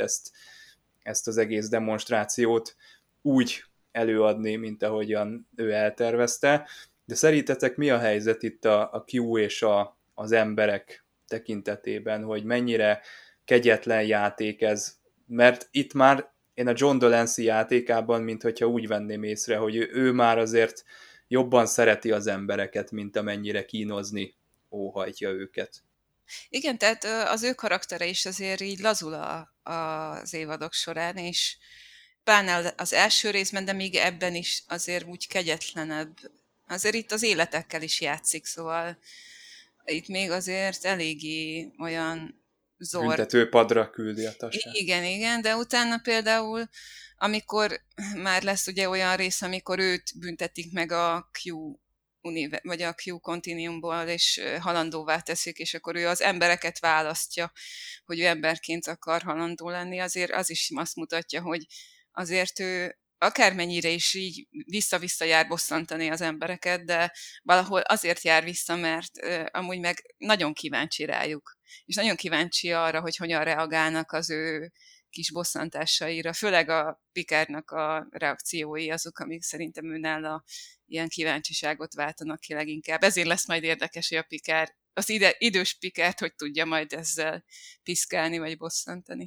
ezt az egész demonstrációt úgy előadni, mint ahogyan ő eltervezte. De szerintetek mi a helyzet itt a Q és az emberek tekintetében, hogy mennyire kegyetlen játék ez? Mert itt már én a John Delancey játékában, minthogyha úgy venném észre, hogy ő már azért jobban szereti az embereket, mint amennyire kínozni óhajtja őket. Igen, tehát az ő karaktere is azért így lazul az évadok során, és pláne az első részben, de még ebben is azért úgy kegyetlenebb. Azért itt az életekkel is játszik, szóval itt még azért eléggé olyan zord. Büntetőpadra küldi a tassát. Igen, de utána például, amikor már lesz ugye olyan rész, amikor őt büntetik meg a Q vagy a Q kontinuumból, és halandóvá teszik, és akkor ő az embereket választja, hogy ő emberként akar halandó lenni, azért az is azt mutatja, hogy azért ő akármennyire is így vissza-vissza jár bosszantani az embereket, de valahol azért jár vissza, mert amúgy meg nagyon kíváncsi rájuk. És nagyon kíváncsi arra, hogy hogyan reagálnak az ő kis bosszantásaira, főleg a Picardnak a reakciói azok, amik szerintem őnála ilyen kíváncsiságot váltanak ki leginkább. Ezért lesz majd érdekes, hogy a Picard, az idős Picard, hogy tudja majd ezzel piszkálni vagy bosszantani.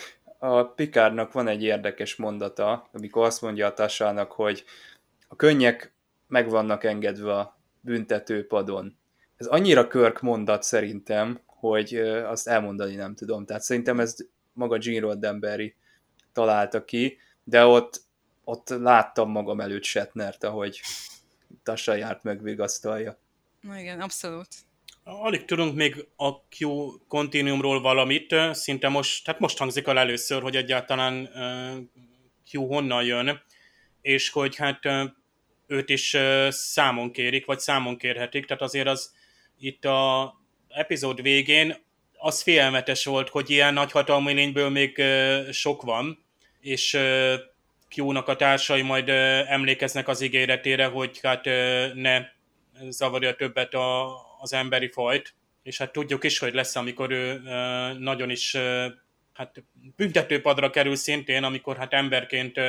A Picardnak van egy érdekes mondata, amikor azt mondja a Tassának, hogy a könnyek meg vannak engedve a büntetőpadon. Ez annyira Kirk mondat szerintem, hogy azt elmondani nem tudom. Tehát szerintem ez maga Gene Roddenberry találta ki, de ott láttam magam előtt Shatnert, ahogy Tasha járt megvigasztalja. Igen, abszolút. Alig tudunk még a Q kontinuumról valamit, szinte most hangzik el először, hogy egyáltalán Q honnan jön, és hogy hát őt is számon kérik, vagy számon kérhetik, tehát azért az itt a epizód végén az félelmetes volt, hogy ilyen nagyhatalmú lényből még sok van, és Q-nak a társai majd emlékeznek az ígéretére, hogy hát ne zavarja többet az emberi fajt, és hát tudjuk is, hogy lesz, amikor ő nagyon is hát büntetőpadra kerül szintén, amikor hát emberként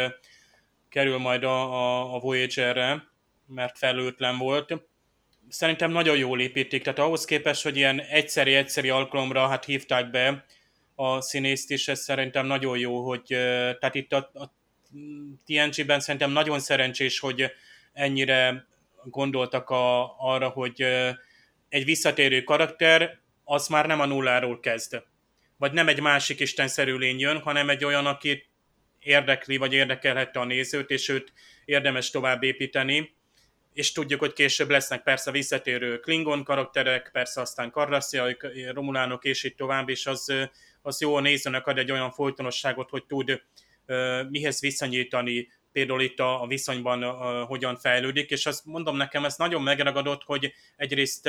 kerül majd a Voyager-re, mert felelőtlen volt. Szerintem nagyon jól építik, tehát ahhoz képest, hogy ilyen egyszeri alkalomra hát hívták be a színészt is, ez szerintem nagyon jó, hogy tehát itt a TNG-ben szerintem nagyon szerencsés, hogy ennyire gondoltak arra, hogy egy visszatérő karakter, az már nem a nulláról kezd. Vagy nem egy másik istenszerű lény jön, hanem egy olyan, aki érdekli, vagy érdekelhette a nézőt, és őt érdemes tovább építeni. És tudjuk, hogy később lesznek persze visszatérő Klingon karakterek, persze aztán Cardassiaik, Romulánok, és így tovább, és az jó a nézőnek ad egy olyan folytonosságot, hogy tud mihez viszonyítani, például itt a viszonyban hogyan fejlődik, és azt mondom nekem, ez nagyon megragadott, hogy egyrészt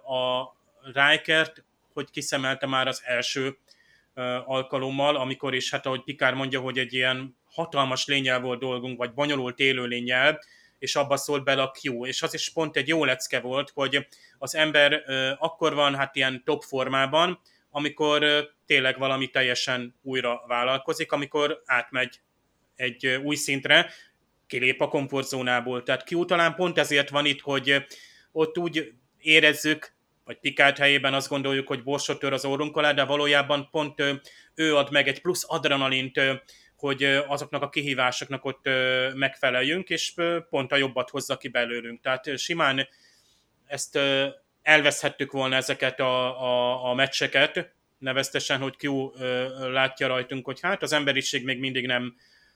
a Rikert, hogy kiszemelte már az első alkalommal, amikor is, hát ahogy Picard mondja, hogy egy ilyen hatalmas lényel volt dolgunk, vagy bonyolult élőlényel, és abba szólt bele a Q, és az is pont egy jó lecke volt, hogy az ember akkor van hát ilyen top formában, amikor tényleg valami teljesen újra vállalkozik, amikor átmegy egy új szintre, kilép a komfortzónából. Tehát Q talán pont ezért van itt, hogy ott úgy érezzük, vagy Picard helyében azt gondoljuk, hogy borsot tör az orrunk alá, de valójában pont ő ad meg egy plusz adrenalint, hogy azoknak a kihívásoknak ott megfeleljünk, és pont a jobbat hozza ki belőlünk. Tehát simán ezt elveszhettük volna ezeket a meccseket, neveztesen, hogy Q látja rajtunk, hogy hát az emberiség még mindig nem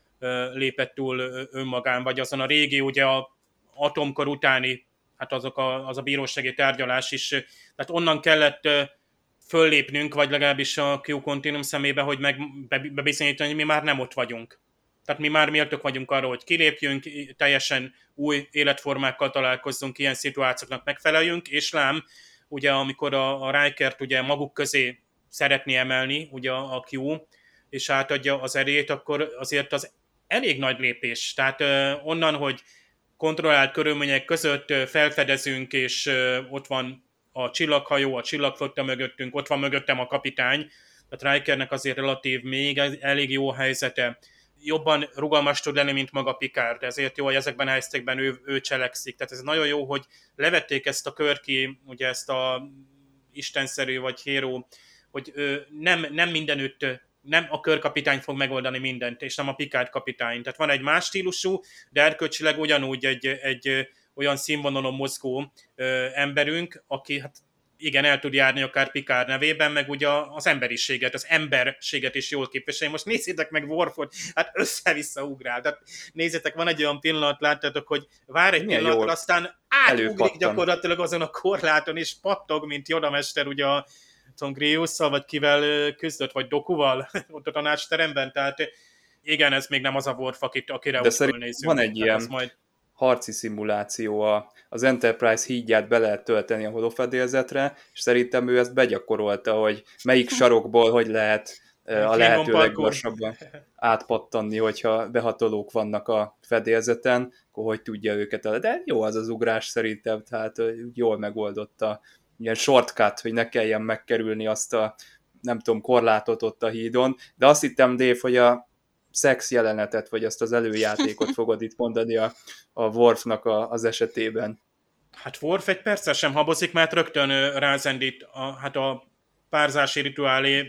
lépett túl önmagán, vagy azon a régi, ugye a atomkor utáni, hát az a bírósági tárgyalás is, tehát onnan kellett föllépnünk, vagy legalábbis a Q Continuum szemébe, hogy bebizonyítani, hogy mi már nem ott vagyunk. Tehát mi már méltók vagyunk arra, hogy kilépjünk, teljesen új életformákkal találkozzunk, ilyen szituációknak megfeleljünk, és lám, ugye amikor a Rikert ugye maguk közé szeretné emelni, ugye a Q, és átadja az erét, akkor azért az elég nagy lépés. Tehát onnan, hogy kontrollált körülmények között felfedezünk, és ott van a csillaghajó, a csillagflotta mögöttünk, ott van mögöttem a kapitány, tehát Rikernek azért relatív még elég jó helyzete. Jobban rugalmas tud lenni, mint maga Picard, ezért jó, hogy ezekben a helyzetekben ő cselekszik. Tehát ez nagyon jó, hogy levették ezt a Kirky, ugye ezt a istenszerű vagy héró, hogy nem mindenütt, nem a körkapitány fog megoldani mindent, és nem a Picard kapitány. Tehát van egy más stílusú, de erkölcsileg ugyanúgy egy olyan színvonalon mozgó emberünk, aki hát igen, el tud járni akár Picard nevében, meg ugye az emberiséget, az emberséget is jól képviselni. Most nézzétek meg Worfot, hát össze-vissza ugrál. Tehát nézzétek, van egy olyan pillanat, láttátok, hogy vár egy pillanat, aztán átugrik gyakorlatilag azon a korláton, és pattog, mint Yoda mester, ugye a Tom Grieusszal, vagy kivel küzdött, vagy Dokuval ott a tanácsteremben. Tehát igen, ez még nem az a Worf, akire úgy fölnézünk. Van egy ilyen harci szimuláció, az Enterprise hídját be lehet tölteni a holofedélzetre, és szerintem ő ezt begyakorolta, hogy melyik sarokból hogy lehet a lehető leggyorsabban átpattanni, hogyha behatolók vannak a fedélzeten, akkor hogy tudja őket. De jó az az ugrás szerintem, tehát jól megoldotta. Ilyen shortcut, hogy ne kelljen megkerülni azt a, nem tudom, korlátot ott a hídon, de azt hittem, Dave, hogy a szex jelenetet, vagy azt az előjátékot fogod itt mondani a Worfnak az esetében. Hát Worf egy perccel sem habozik, mert rögtön rázendít a párzási rituálé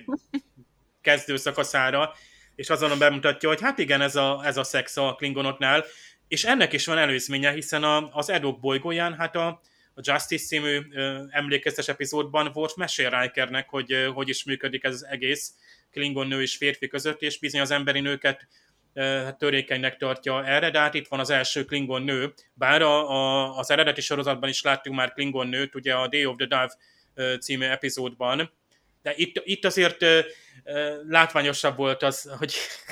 kezdőszakaszára, és azon bemutatja, hogy hát igen, ez a szex a klingonoknál, és ennek is van előzménye, hiszen az Edok bolygóján, hát a Justice című emlékeztes epizódban Worf mesél Rikernek, hogy is működik ez az egész klingon nő és férfi között, és bizony az emberi nőket törékenynek tartja erre, de hát itt van az első klingon nő, bár az eredeti sorozatban is láttunk már klingon nőt, ugye a Day of the Dove című epizódban, de itt azért látványosabb volt az, hogy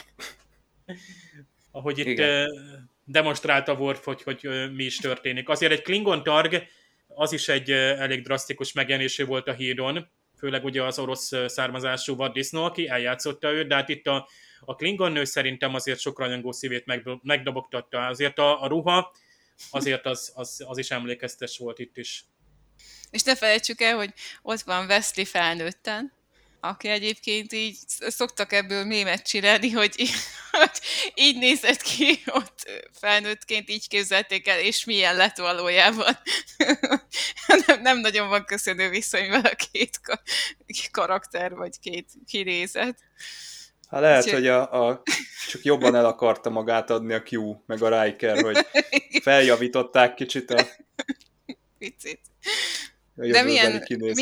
ahogy itt demonstrálta Worf, hogy mi is történik. Azért egy klingon targ, az is egy elég drasztikus megjelenésű volt a hídon, főleg ugye az orosz származású vaddisznó, aki eljátszotta őt, de hát itt a Klingon nő szerintem azért sok rajongó szívét megdobogtatta. Azért a ruha, azért az is emlékeztes volt itt is. És ne felejtsük el, hogy ott van Wesley felnőtten, aki egyébként így szoktak ebből mémet csinálni, hogy így nézett ki ott felnőttként, így képzelték el, és milyen lett valójában. Nem nagyon van köszönő viszonyban a két karakter, vagy két kinézet. Hát lehet, hogy csak jobban el akarta magát adni a Q, meg a Riker, hogy feljavították kicsit a picit. De milyen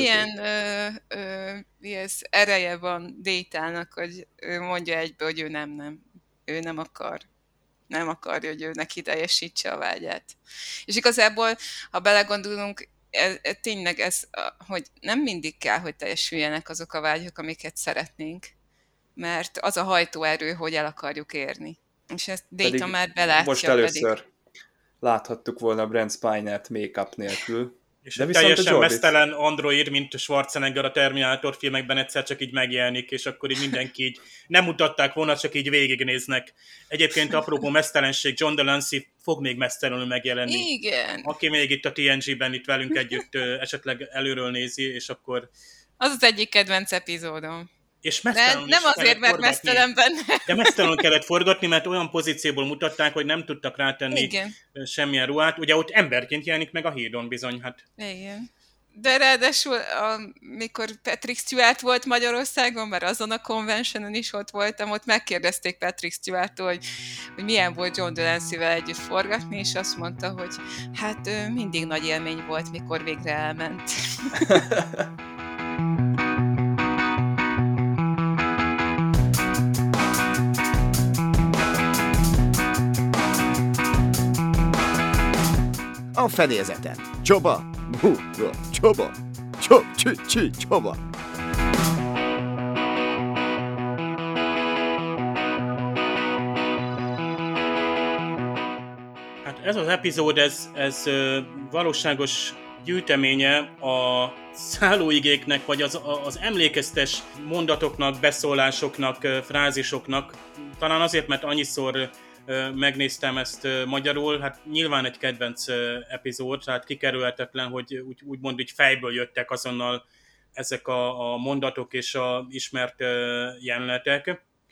ereje van Détának, hogy ő mondja egyből, hogy ő ő nem akarja, hogy ő neki teljesítse a vágyát. És igazából, ha belegondolunk, tényleg ez, hogy nem mindig kell, hogy teljesüljenek azok a vágyok, amiket szeretnénk, mert az a hajtóerő, hogy el akarjuk érni. És ezt Data már belátja. Most először láthattuk volna Brent Spinert make-up nélkül. És de teljesen mesztelen android, mint Schwarzenegger a Terminátor filmekben egyszer csak így megjelenik, és akkor így mindenki így nem mutatták volna, csak így végignéznek. Egyébként apropó mesztelenség, John Delancey fog még mesztelenül megjelenni. Igen. Aki még itt a TNG-ben itt velünk együtt esetleg előről nézi, és akkor... Az egyik kedvenc epizódom. És nem azért, mert mesztelen benne. De mesztelenül kellett forgatni, mert olyan pozícióból mutatták, hogy nem tudtak rátenni semmilyen ruhát. Ugye ott emberként jelenik meg a hídon bizony, hát. Igen. De ráadásul, amikor Patrick Stewart volt Magyarországon, mert azon a conventionen is ott voltam, ott megkérdezték Patrick Stewarttól, hogy milyen volt John Delancey-vel együtt forgatni, és azt mondta, hogy hát mindig nagy élmény volt, mikor végre elment. A fedélzeten. Csoba! Csoba! Csoba! Hát ez az epizód, ez valóságos gyűjteménye a szállóigéknek, vagy az emlékeztes mondatoknak, beszólásoknak, frázisoknak. Talán azért, mert annyiszor megnéztem ezt magyarul, hát nyilván egy kedvenc epizód, tehát kikerülhetetlen, hogy úgymond így fejből jöttek azonnal ezek a mondatok és a ismert jelenetek.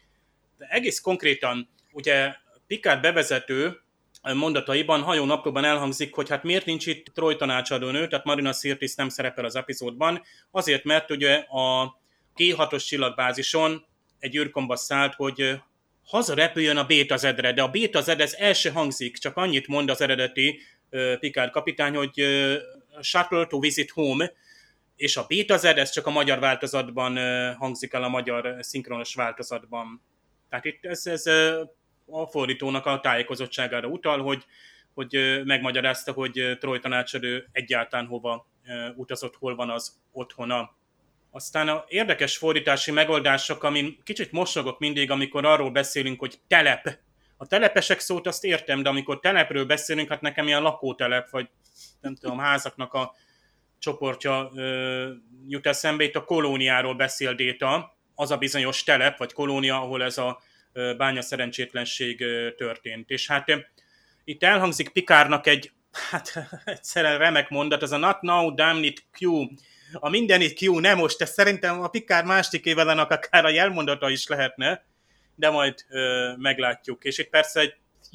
De egész konkrétan, ugye Picard bevezető mondataiban hajónaplóban elhangzik, hogy hát miért nincs itt Troi tanácsadónő, tehát Marina Sirtis nem szerepel az epizódban, azért, mert ugye a G6-os csillagbázison egy űrkombasz szállt, hogy hazarepüljön a Beta Z-re, de a Beta Z ez el se hangzik, csak annyit mond az eredeti Picard kapitány, hogy shuttle to visit home, és a Beta Z ez csak a magyar változatban hangzik el, a magyar szinkronos változatban. Tehát itt ez a fordítónak a tájékozottságára utal, hogy megmagyarázta, hogy Troi tanácsadó egyáltalán hova utazott, hol van az otthona. Aztán a érdekes fordítási megoldások, amin kicsit mosolygok mindig, amikor arról beszélünk, hogy telep. A telepesek szót azt értem, de amikor telepről beszélünk, hát nekem ilyen lakótelep, vagy nem tudom, házaknak a csoportja jut eszembe. Itt a kolóniáról beszél Data, az a bizonyos telep, vagy kolónia, ahol ez a bánya szerencsétlenség történt. És hát itt elhangzik Picardnak egy, egyszerűen remek mondat, az a not now, damn it, Q. A mindenit Q, nem most, de szerintem a Picard másik évelennek akár a jelmondata is lehetne, de majd meglátjuk. És itt persze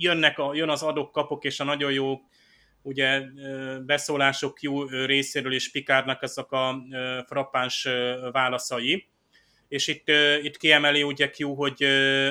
jön az adok-kapok és a nagyon jó ugye, beszólások Q részéről is Picardnak ezek a frappáns válaszai. És itt kiemeli ugye Q, hogy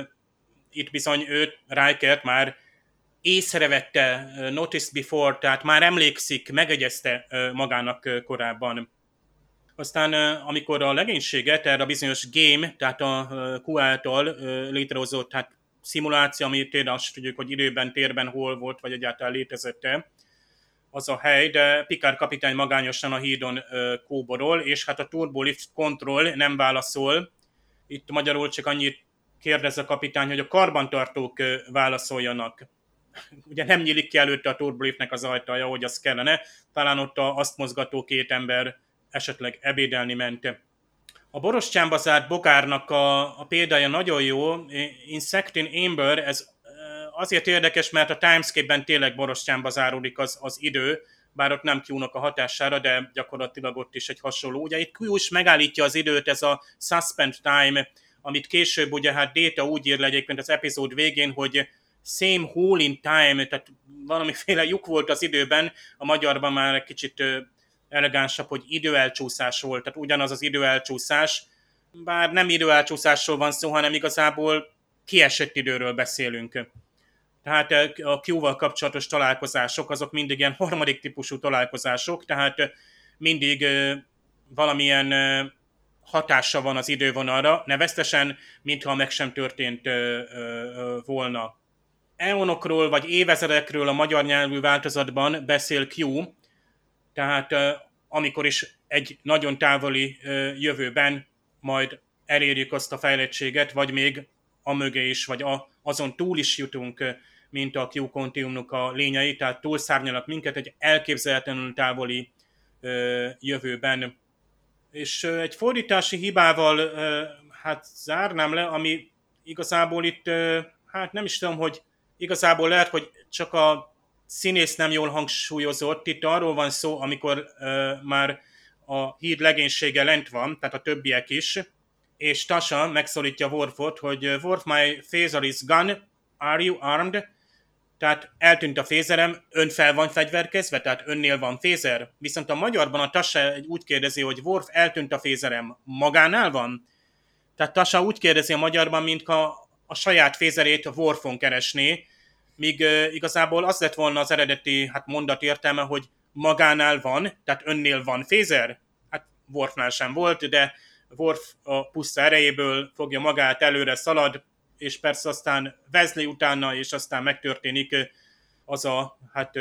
itt bizony őt, Rikert már észrevette, noticed before, tehát már emlékszik, megegyezte magának korábban. Aztán amikor a legénységet erre a bizonyos game, tehát a Q által létrehozott hát szimuláció, ami tényleg azt tudjuk, hogy időben, térben hol volt, vagy egyáltalán létezette az a hely, de Picard kapitány magányosan a hídon kóborol, és hát a Turbolift Control nem válaszol. Itt magyarul csak annyit kérdez a kapitány, hogy a karbantartók válaszoljanak. Ugye nem nyílik ki előtte a Turboliftnek az ajtaja, hogy az kellene. Talán ott azt mozgató két ember esetleg ebédelni ment. A borostyánba zárt bogárnak a példája nagyon jó. Insectin Amber, ez azért érdekes, mert a Timescape-ben tényleg borostyánba záródik az idő, bár ott nem Q-nak a hatására, de gyakorlatilag ott is egy hasonló. Ugye itt Q is megállítja az időt, ez a suspend time, amit később ugye hát Data úgy ír le egyébként az epizód végén, hogy same hole in time, tehát valamiféle lyuk volt az időben, a magyarban már egy kicsit elegánsabb, hogy időelcsúszás volt, tehát ugyanaz az időelcsúszás, bár nem időelcsúszásról van szó, hanem igazából kiesett időről beszélünk. Tehát a Q-val kapcsolatos találkozások, azok mindig ilyen harmadik típusú találkozások, tehát mindig valamilyen hatása van az idővonalra, neveztesen, mintha meg sem történt volna. Eonokról vagy évezredekről a magyar nyelvű változatban beszél Q, tehát amikor is egy nagyon távoli jövőben majd elérjük azt a fejlettséget, vagy még amögé is, vagy azon túl is jutunk, mint a Q-kontinuumnak a lényei, tehát túlszárnyalnak minket egy elképzelhetetlenül távoli jövőben. És egy fordítási hibával hát zárnám le, ami igazából itt, hát nem is tudom, hogy igazából lehet, hogy csak a színész nem jól hangsúlyozott. Itt arról van szó, amikor már a híd legénysége lent van, tehát a többiek is, és Tasha megszólítja Worfot, hogy Worf, my phaser is gone, are you armed? Tehát eltűnt a fézerem, ön fel van fegyverkezve, tehát önnél van fézer. Viszont a magyarban a Tasha úgy kérdezi, hogy Worf, eltűnt a fézerem, magánál van? Tehát Tasha úgy kérdezi a magyarban, mintha a saját fézerét Worfon keresné, míg igazából az lett volna az eredeti mondat értelme, hogy magánál van, tehát önnél van fézer. Hát Worfnál sem volt, de Worf a puszta erejéből fogja magát, előre szalad, és persze aztán Wesley utána, és aztán megtörténik az a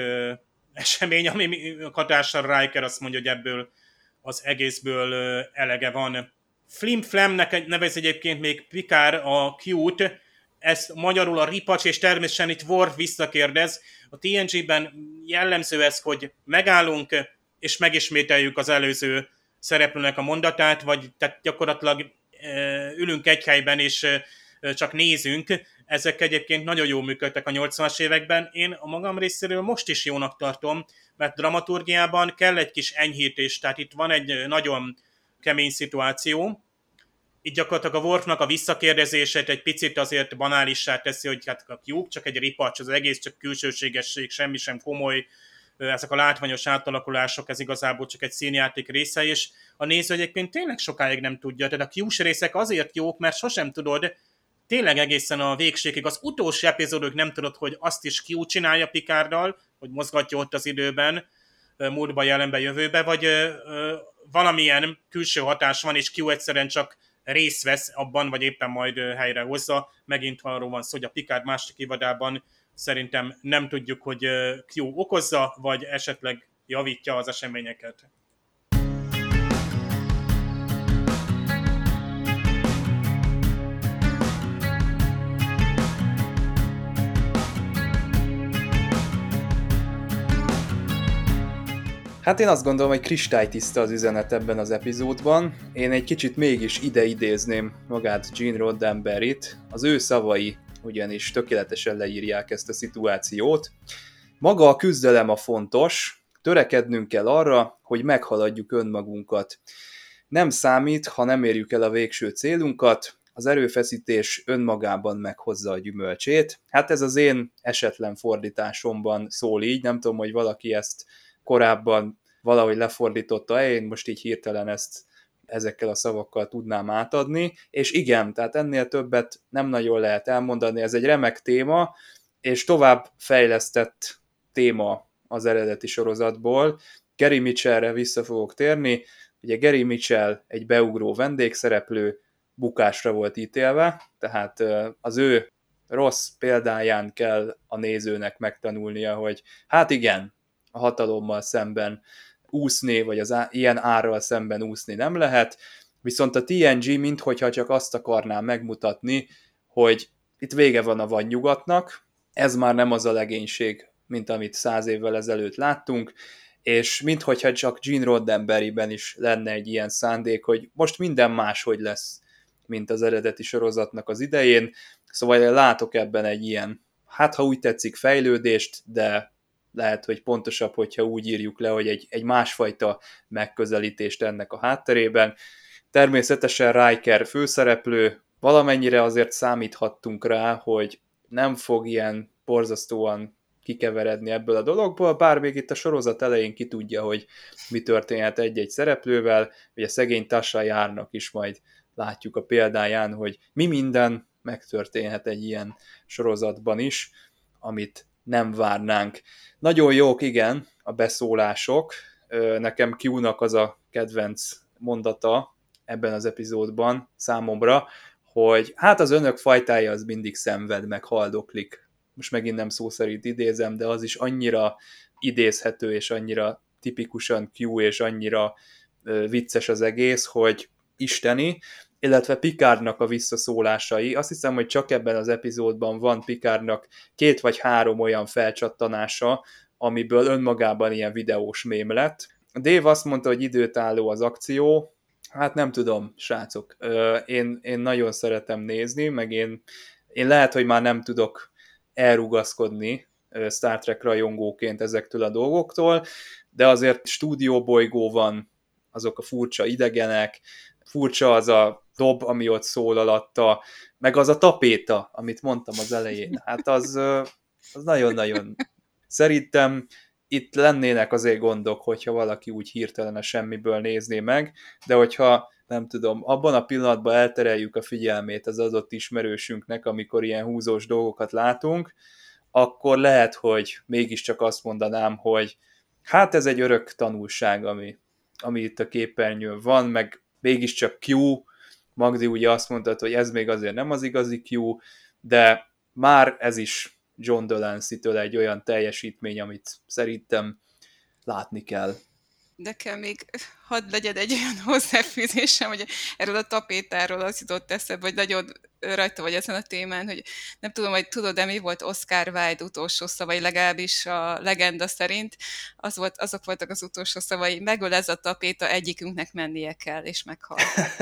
esemény, ami hatással Riker azt mondja, hogy ebből az egészből elege van. Flim Flamnek nevez egyébként még Picard a Q-t, ez magyarul a ripacs, és természetesen itt Worf visszakérdez. A TNG-ben jellemző ez, hogy megállunk, és megismételjük az előző szereplőnek a mondatát, vagy tehát gyakorlatilag ülünk egy helyben, és csak nézünk. Ezek egyébként nagyon jól működtek a 80-as években. Én a magam részéről most is jónak tartom, mert dramaturgiában kell egy kis enyhítés, tehát itt van egy nagyon kemény szituáció. Itt gyakorlatilag a Worfnak a visszakérdezését egy picit azért banálissá teszi, hogy hát a Q csak egy ripacs, az egész csak külsőségesség, semmi sem komoly, ezek a látványos átalakulások, ez igazából csak egy színjáték része, és a néző egyébként tényleg sokáig nem tudja. Tehát a Q-s részek azért jók, mert sosem tudod, tényleg egészen a végségig, az utolsó epizódok nem tudod, hogy azt is Q csinálja Picarddal, hogy mozgatja ott az időben, múltba, jelenbe, jövőbe, vagy valamilyen külső hatás van, és Q egyszerűen csak részt vesz abban, vagy éppen majd helyrehozza. Megint arról van szó, hogy a Picard második évadában szerintem nem tudjuk, hogy Q okozza, vagy esetleg javítja az eseményeket. Hát én azt gondolom, hogy kristálytiszta az üzenet ebben az epizódban. Én egy kicsit mégis ide idézném magát Gene Roddenberryt. Az ő szavai ugyanis tökéletesen leírják ezt a szituációt. Maga a küzdelem a fontos, törekednünk kell arra, hogy meghaladjuk önmagunkat. Nem számít, ha nem érjük el a végső célunkat, az erőfeszítés önmagában meghozza a gyümölcsét. Hát ez az én esetlen fordításomban szól így, nem tudom, hogy valaki ezt korábban valahogy lefordította, én most így hirtelen ezt ezekkel a szavakkal tudnám átadni, és igen, tehát ennél többet nem nagyon lehet elmondani, ez egy remek téma, és tovább fejlesztett téma az eredeti sorozatból. Gary Mitchellre vissza fogok térni, ugye Gary Mitchell egy beugró vendégszereplő, bukásra volt ítélve, tehát az ő rossz példáján kell a nézőnek megtanulnia, hogy hát igen, a hatalommal szemben úszni, vagy az ilyen árral szemben úszni nem lehet, viszont a TNG minthogyha csak azt akarná megmutatni, hogy itt vége van a vadnyugatnak, ez már nem az a legénység, mint amit 100 évvel ezelőtt láttunk, és minthogyha csak Gene Roddenberryben is lenne egy ilyen szándék, hogy most minden máshogy lesz, mint az eredeti sorozatnak az idején, szóval én látok ebben egy ilyen, hát ha úgy tetszik, fejlődést, de lehet, hogy pontosabb, hogyha úgy írjuk le, hogy egy másfajta megközelítést ennek a hátterében. Természetesen Riker főszereplő, valamennyire azért számíthattunk rá, hogy nem fog ilyen borzasztóan kikeveredni ebből a dologból, bár még itt a sorozat elején ki tudja, hogy mi történhet egy-egy szereplővel, ugye szegény Tasha Yarnak is majd látjuk a példáján, hogy mi minden megtörténhet egy ilyen sorozatban is, amit nem várnánk. Nagyon jók, igen, a beszólások. Nekem Q-nak az a kedvenc mondata ebben az epizódban számomra, hogy hát az önök fajtája az mindig szenved, meg haldoklik. Most megint nem szó szerint idézem, de az is annyira idézhető, és annyira tipikusan Q, és annyira vicces az egész, hogy isteni, illetve Picardnak a visszaszólásai. Azt hiszem, hogy csak ebben az epizódban van Picardnak 2 vagy 3 olyan felcsattanása, amiből önmagában ilyen videós mém lett. Dave azt mondta, hogy időtálló az akció. Hát nem tudom, srácok. Én nagyon szeretem nézni, meg én lehet, hogy már nem tudok elrugaszkodni Star Trek rajongóként ezektől a dolgoktól, de azért stúdióbolygó van, azok a furcsa idegenek, furcsa az a dob, ami ott szól alatta, meg az a tapéta, amit mondtam az elején. Hát az nagyon-nagyon. Szerintem itt lennének azért gondok, hogyha valaki úgy hirtelen a semmiből nézné meg, de hogyha nem tudom, abban a pillanatban eltereljük a figyelmét az adott ismerősünknek, amikor ilyen húzós dolgokat látunk, akkor lehet, hogy mégiscsak azt mondanám, hogy hát ez egy örök tanulság, ami itt a képernyőn van, meg mégiscsak Q, Magdi ugye azt mondtad, hogy ez még azért nem az igazi Q, de már ez is John Delancey-től egy olyan teljesítmény, amit szerintem látni kell. De kell még, hadd legyen egy olyan hozzáfűzésem, hogy erről a tapétáról az jutott eszembe, hogy nagyon rajta vagy ezen a témán, hogy nem tudom, hogy tudod, de mi volt Oscar Wilde utolsó szavai, legalábbis a legenda szerint, azok voltak az utolsó szavai, megöl ez a tapéta, egyikünknek mennie kell, és meghal.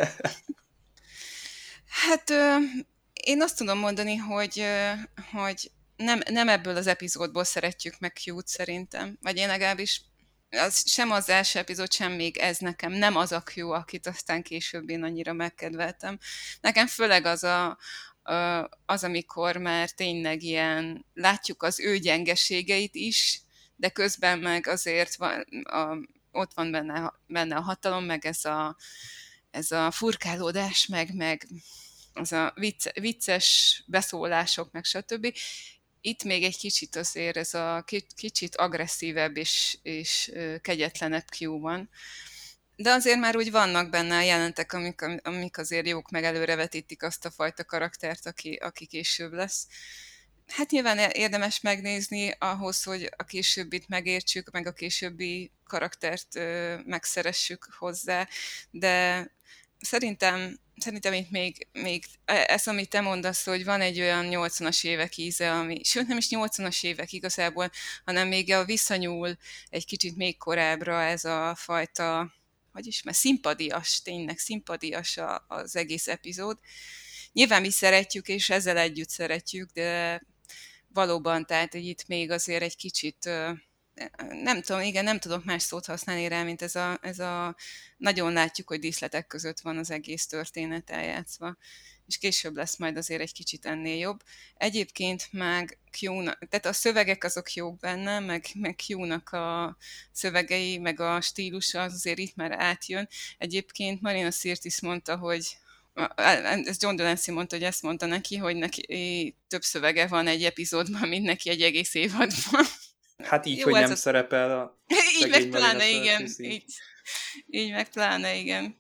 Hát én azt tudom mondani, hogy nem ebből az epizódból szeretjük meg Q-t szerintem, vagy én legalábbis sem az első epizód, sem még ez nekem nem az a Q, akit aztán később én annyira megkedveltem. Nekem főleg az, amikor már tényleg ilyen, látjuk az ő gyengeségeit is, de közben meg azért ott van benne a hatalom, meg ez a furkálódás, meg az a vicces beszólások, meg stb. Itt még egy kicsit azért ez a kicsit agresszívebb és kegyetlenebb Q van. De azért már úgy vannak benne a jelentek, amik azért jók, meg előrevetítik azt a fajta karaktert, aki később lesz. Hát nyilván érdemes megnézni ahhoz, hogy a későbbit megértsük, meg a későbbi karaktert megszeressük hozzá, de szerintem itt még ez, amit te mondasz, hogy van egy olyan 80-as évek íze, sőt nem is 80-as évek igazából, hanem még visszanyúl egy kicsit még korábbra ez a fajta, mert tényleg szimpadias az egész epizód. Nyilván mi szeretjük, és ezzel együtt szeretjük, de valóban, tehát hogy itt még azért egy kicsit nem tudok más szót használni rá, mint ez a nagyon látjuk, hogy díszletek között van az egész történet eljátszva, és később lesz majd azért egy kicsit ennél jobb. Egyébként meg tehát a szövegek azok jók benne, meg Q-nak a szövegei, meg a stílusa az azért itt már átjön. Egyébként Marina Sirtis mondta, hogy ez John Delancey mondta, hogy ezt mondta neki, hogy neki több szövege van egy epizódban, mint neki egy egész évadban. Hát így, jó, hogy nem szerepel a így meg pláne, igen. Így meg pláne, igen.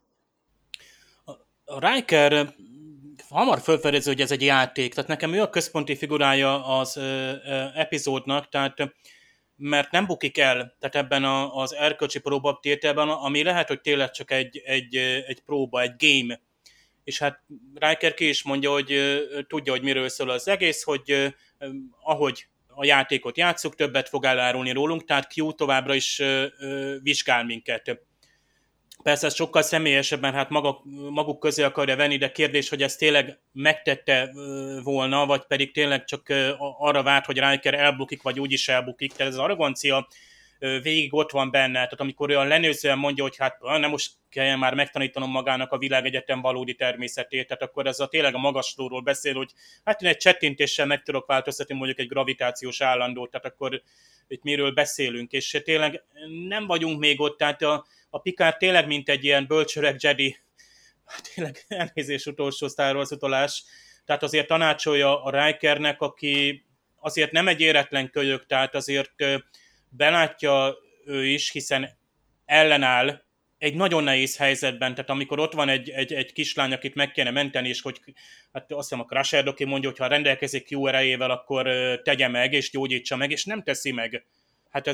A Riker hamar felfedező, hogy ez egy játék, tehát nekem ő a központi figurája az epizódnak, tehát mert nem bukik el, tehát ebben az erkölcsi próbatételben, ami lehet, hogy tényleg csak egy próba, egy game. És hát Riker ki is mondja, hogy tudja, hogy miről szól az egész, hogy ahogy a játékot játsszuk, többet fog elárulni rólunk, tehát Q továbbra is vizsgál minket. Persze ez sokkal személyesebben, hát maguk közé akarja venni, de kérdés, hogy ezt tényleg megtette volna, vagy pedig tényleg csak arra várt, hogy Riker elbukik, vagy úgyis elbukik. Tehát ez az arrogancia végig ott van benne. Tehát amikor olyan lenőzően mondja, hogy hát nem most kelljen már megtanítanom magának a világegyetem valódi természetét, tehát akkor ez tényleg a magaslóról beszél, hogy hát én egy csettintéssel meg tudok változtatni mondjuk egy gravitációs állandót, tehát akkor itt miről beszélünk, és tényleg nem vagyunk még ott, tehát a Picard tényleg mint egy ilyen bölcsöreg Jedi, tényleg elnézés utolsó Star Wars utolás, tehát azért tanácsolja a Rikernek, aki azért nem egy éretlen kölyök, tehát azért belátja ő is, hiszen ellenáll egy nagyon nehéz helyzetben, tehát amikor ott van egy kislány, akit meg kéne menteni, és hogy hát azt hiszem a Crusher Doki mondja, hogy ha rendelkezik Q erejével, akkor tegye meg, és gyógyítsa meg, és nem teszi meg. Hát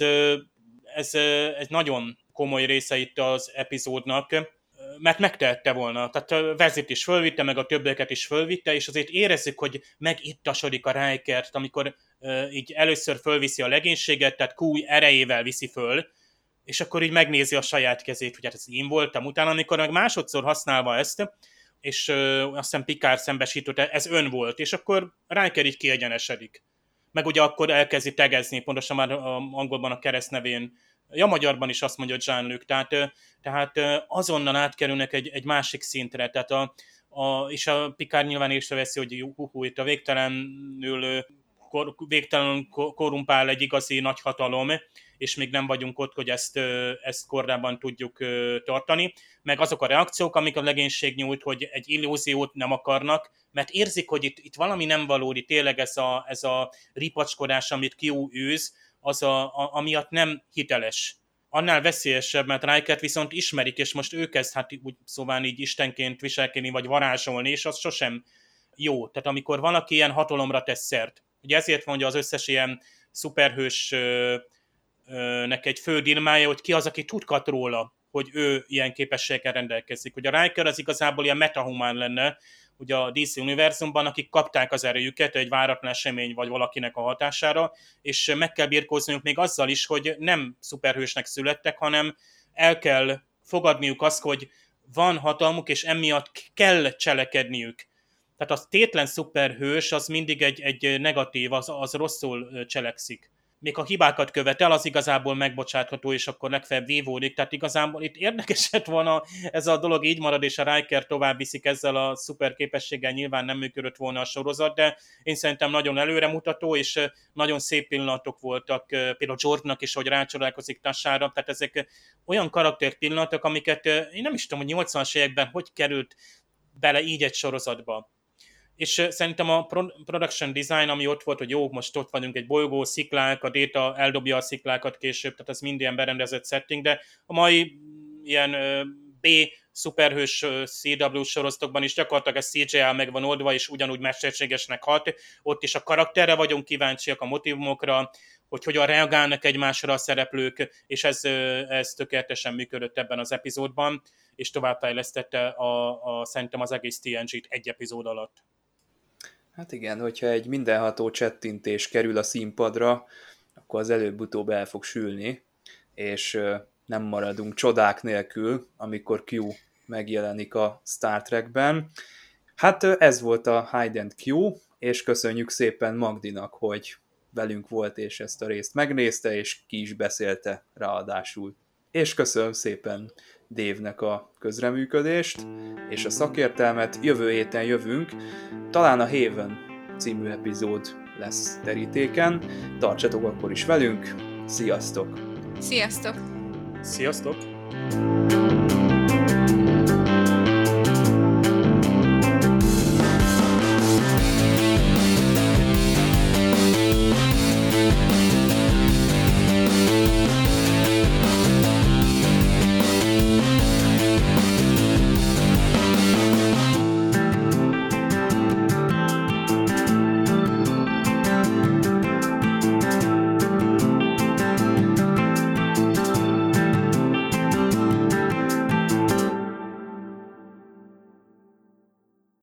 ez nagyon komoly része itt az epizódnak, mert megtehette volna. Tehát Vezit is fölvitte, meg a többieket is fölvitte, és azért érezzük, hogy megittasodik a Rikert, amikor így először fölviszi a legénységet, tehát Q erejével viszi föl, és akkor így megnézi a saját kezét, hogy hát ez én voltam. Utána, amikor meg másodszor használva ezt, és azt hiszem Picard szembesített, ez ön volt, és akkor Riker így kiegyenesedik. Meg ugye akkor elkezdi tegezni, pontosan már angolban a keresztnevén, ja, magyarban is azt mondja Jean-Luc, tehát azonnal átkerülnek egy másik szintre, tehát és a Picard nyilván észreveszi, hogy itt a végtelenül korrumpál egy igazi nagyhatalom, és még nem vagyunk ott, hogy ezt korábban tudjuk tartani. Meg azok a reakciók, amik a legénység nyújt, hogy egy illúziót nem akarnak, mert érzik, hogy itt valami nem valódi, tényleg ez a ripacskodás, amit Q űz, amiatt nem hiteles. Annál veszélyesebb, mert Rikert viszont ismerik, és most ő kezd hát úgy szóval így istenként viselkedni, vagy varázsolni, és az sosem jó. Tehát amikor valaki ilyen hatalomra tesz szert, ugye ezért mondja az összes ilyen szuperhősnek egy fő dilmája, hogy ki az, aki tudhat róla, hogy ő ilyen képességgel rendelkezik. Ugye a Riker az igazából ilyen metahumán lenne, ugye a DC univerzumban, akik kapták az erejüket egy váratlan esemény vagy valakinek a hatására, és meg kell birkózniuk még azzal is, hogy nem szuperhősnek születtek, hanem el kell fogadniuk azt, hogy van hatalmuk, és emiatt kell cselekedniük. Tehát a tétlen szuperhős az mindig egy negatív, az rosszul cselekszik. Még ha hibákat követel, az igazából megbocsátható, és akkor legfeljebb vívódik. Tehát igazából itt érdekes lett volna ez a dolog, így marad, és a Riker tovább viszik ezzel a szuper képességgel, nyilván nem működött volna a sorozat, de én szerintem nagyon előremutató, és nagyon szép pillanatok voltak, például Jordannak is, hogy rácsodálkozik Tassára, tehát ezek olyan karakterpillanatok, amiket én nem is tudom, hogy 80-as években hogy került bele így egy sorozatba. És szerintem a production design, ami ott volt, hogy jó, most ott vagyunk egy bolygó, sziklák, a Data eldobja a sziklákat később, tehát ez mind ilyen berendezett setting, de a mai ilyen B szuperhős CW sorozatokban is gyakorlatilag a CGI meg van oldva, és ugyanúgy mesterségesnek hat. Ott is a karakterre vagyunk kíváncsiak, a motivumokra, hogy hogyan reagálnak egymásra a szereplők, és ez tökéletesen működött ebben az epizódban, és továbbfejlesztette szerintem az egész TNG-t egy epizód alatt. Hát igen, hogyha egy mindenható csettintés kerül a színpadra, akkor az előbb-utóbb el fog sülni, és nem maradunk csodák nélkül, amikor Q megjelenik a Star Trekben. Hát ez volt a Hide and Q, és köszönjük szépen Magdinak, hogy velünk volt, és ezt a részt megnézte, és ki is beszélte ráadásul. És köszönöm szépen Dave-nek a közreműködést, és a szakértelmet. Jövő héten jövünk, talán a Haven című epizód lesz terítéken. Tartsatok akkor is velünk, sziasztok! Sziasztok! Sziasztok!